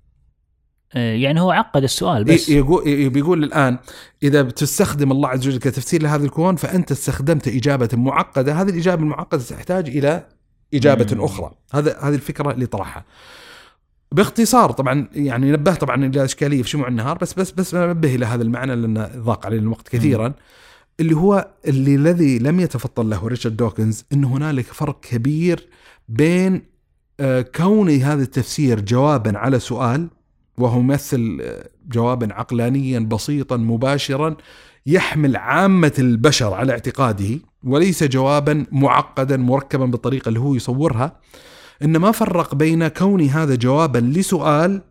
يعني هو عقد السؤال بس. يقول بيقول الآن إذا بتستخدم الله عز وجل كتفسير لهذا الكون فأنت استخدمت إجابة معقدة، هذه الإجابة المعقدة تحتاج إلى إجابة مم. أخرى. هذا هذه الفكرة اللي طرحها باختصار. طبعا يعني نبه طبعا إلى إشكالية في شموع النهار، بس بس بس نبه إلى هذا المعنى لأن ضاق علينا الوقت كثيرا. مم. اللي هو اللي الذي لم يتفطن له ريتشارد دوكنز إن هنالك فرق كبير بين كون هذا التفسير جوابا على سؤال وهو يمثل جوابا عقلانيا بسيطا مباشرا يحمل عامة البشر على اعتقاده، وليس جوابا معقدا مركبا بالطريقة اللي هو يصورها. إنما فرق بين كون هذا جوابا لسؤال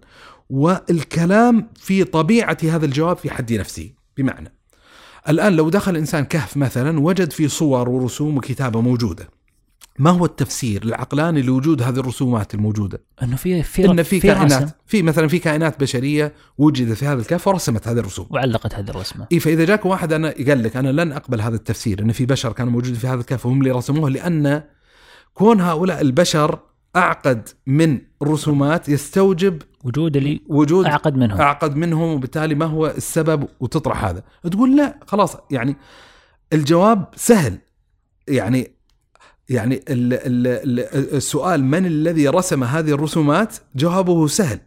والكلام في طبيعة هذا الجواب في حد نفسه. بمعنى الآن لو دخل إنسان كهف مثلا وجد فيه صور ورسوم وكتابة موجودة، ما هو التفسير العقلاني لوجود هذه الرسومات الموجودة؟ انه في في إن في, في كائنات رسم. في مثلا في كائنات بشريه وجدت في هذا الكهف ورسمت هذه الرسوم وعلقت هذه الرسمه. إيه، فاذا جاك واحد انا قال لك انا لن اقبل هذا التفسير ان في بشر كانوا موجودين في هذا الكهف وهم اللي رسموه، لان كون هؤلاء البشر اعقد من الرسومات يستوجب وجود اللي وجود اعقد منهم اعقد منهم وبالتالي ما هو السبب؟ وتطرح هذا تقول لا خلاص، يعني الجواب سهل. يعني يعني ال ال ال السؤال من الذي رسم هذه الرسومات جوابه سهل.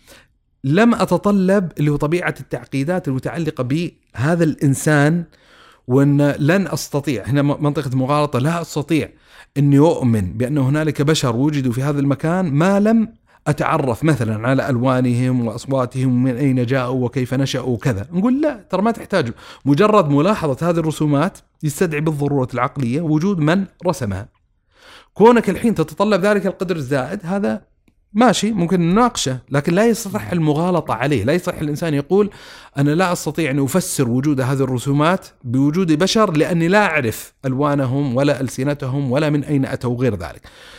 لم أتطلب اللي هو طبيعة التعقيدات المتعلقة بهذا الإنسان، وأن لن أستطيع هنا منطقة مغالطة، لا أستطيع أن يؤمن بأن هنالك بشر وجدوا في هذا المكان ما لم أتعرف مثلا على ألوانهم وأصواتهم ومن أين جاءوا وكيف نشأوا وكذا. نقول لا، ترى ما تحتاج، مجرد ملاحظة هذه الرسومات يستدعي بالضرورة العقلية وجود من رسمها. كونك الحين تتطلب ذلك القدر الزائد هذا ماشي، ممكن نناقشه، لكن لا يصح المغالطة عليه. لا يصح الإنسان يقول أنا لا أستطيع أن أفسر وجود هذه الرسومات بوجود بشر لأني لا أعرف ألوانهم ولا ألسنتهم ولا من أين أتوا غير ذلك.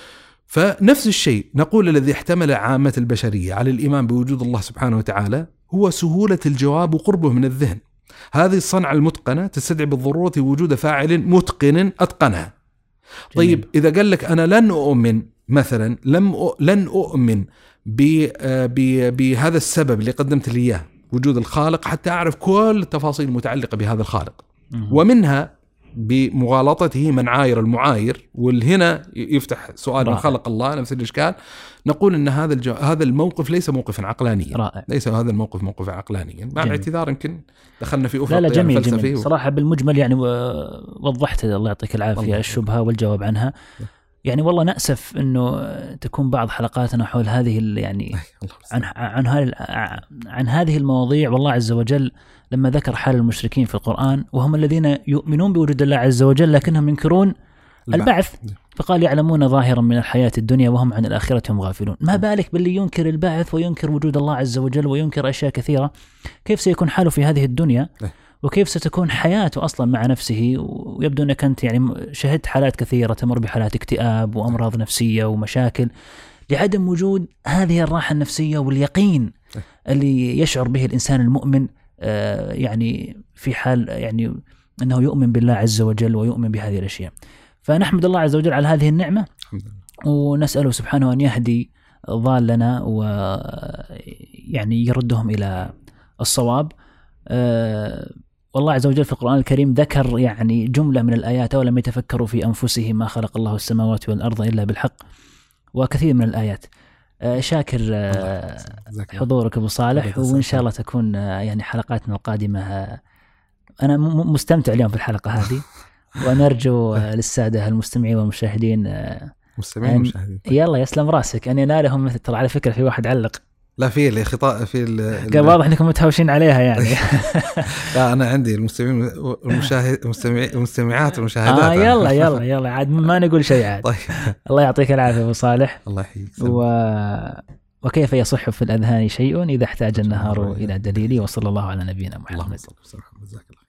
فنفس الشيء نقول الذي احتمل عامة البشرية على الإيمان بوجود الله سبحانه وتعالى هو سهولة الجواب وقربه من الذهن. هذه الصنعة المتقنة تستدعي بالضرورة وجود فاعل متقن أتقنها. طيب جميل. إذا قال لك أنا لن أؤمن مثلا لم أ... لن أؤمن ب... ب... بهذا السبب اللي قدمت لي إياه وجود الخالق حتى أعرف كل التفاصيل المتعلقة بهذا الخالق، م- ومنها بمغالطته من عاير المعاير. والهنا يفتح سؤال من خلق الله نفس الإشكال. نقول أن هذا الجو... هذا الموقف ليس موقفا عقلانيا، رائع. ليس هذا الموقف موقفا عقلانيا، مع الاعتذار يمكن دخلنا في أفق لا لا جميل جميل و... صراحة بالمجمل يعني وضحت الله يعطيك العافية الشبهة والجواب عنها. يعني والله نأسف إنه تكون بعض حلقاتنا حول هذه يعني عن عن هذه عن هذه المواضيع. والله عز وجل لما ذكر حال المشركين في القرآن وهم الذين يؤمنون بوجود الله عز وجل لكنهم ينكرون البعث، فقال يعلمون ظاهرا من الحياة الدنيا وهم عن الآخرة هم غافلون. ما بالك باللي ينكر البعث وينكر وجود الله عز وجل وينكر أشياء كثيرة؟ كيف سيكون حاله في هذه الدنيا وكيف ستكون حياته أصلا مع نفسه؟ ويبدو أنك أنت يعني شهدت حالات كثيرة تمر بحالات اكتئاب وأمراض نفسية ومشاكل لعدم وجود هذه الراحة النفسية واليقين اللي يشعر به الإنسان المؤمن يعني في حال يعني أنه يؤمن بالله عز وجل ويؤمن بهذه الأشياء. فنحمد الله عز وجل على هذه النعمة ونسأله سبحانه أن يهدي ضالنا ويعني يردهم إلى الصواب. أه والله عز وجل في القرآن الكريم ذكر يعني جملة من الآيات ولم يتفكروا في أنفسهم ما خلق الله السماوات والأرض إلا بالحق وكثير من الآيات. أه شاكر أه حضورك أبو صالح، وإن شاء الله تكون أه يعني حلقاتنا القادمة أنا م- مستمتع اليوم في الحلقة هذه، ونرجو للسادة المستمعين والمشاهدين مستمعين ومشاهدين يلا يسلم راسك أن ينالهم مثل. ترى على فكرة في واحد علق لا في الخطا في قال واضح انكم متهاوشين عليها يعني. لا انا عندي المستمعين والمشاهد المستمعات والمشاهدات. اه يلا يلا يلا عاد ما نقول شيء عاد. طيب الله يعطيك العافيه ابو صالح. الله يحييك. و... وكيف يصح في الاذهان شيء اذا احتاج النهار الى دليل. وصلى الله على نبينا محمد. اللهم صل وسلم. جزاك الله.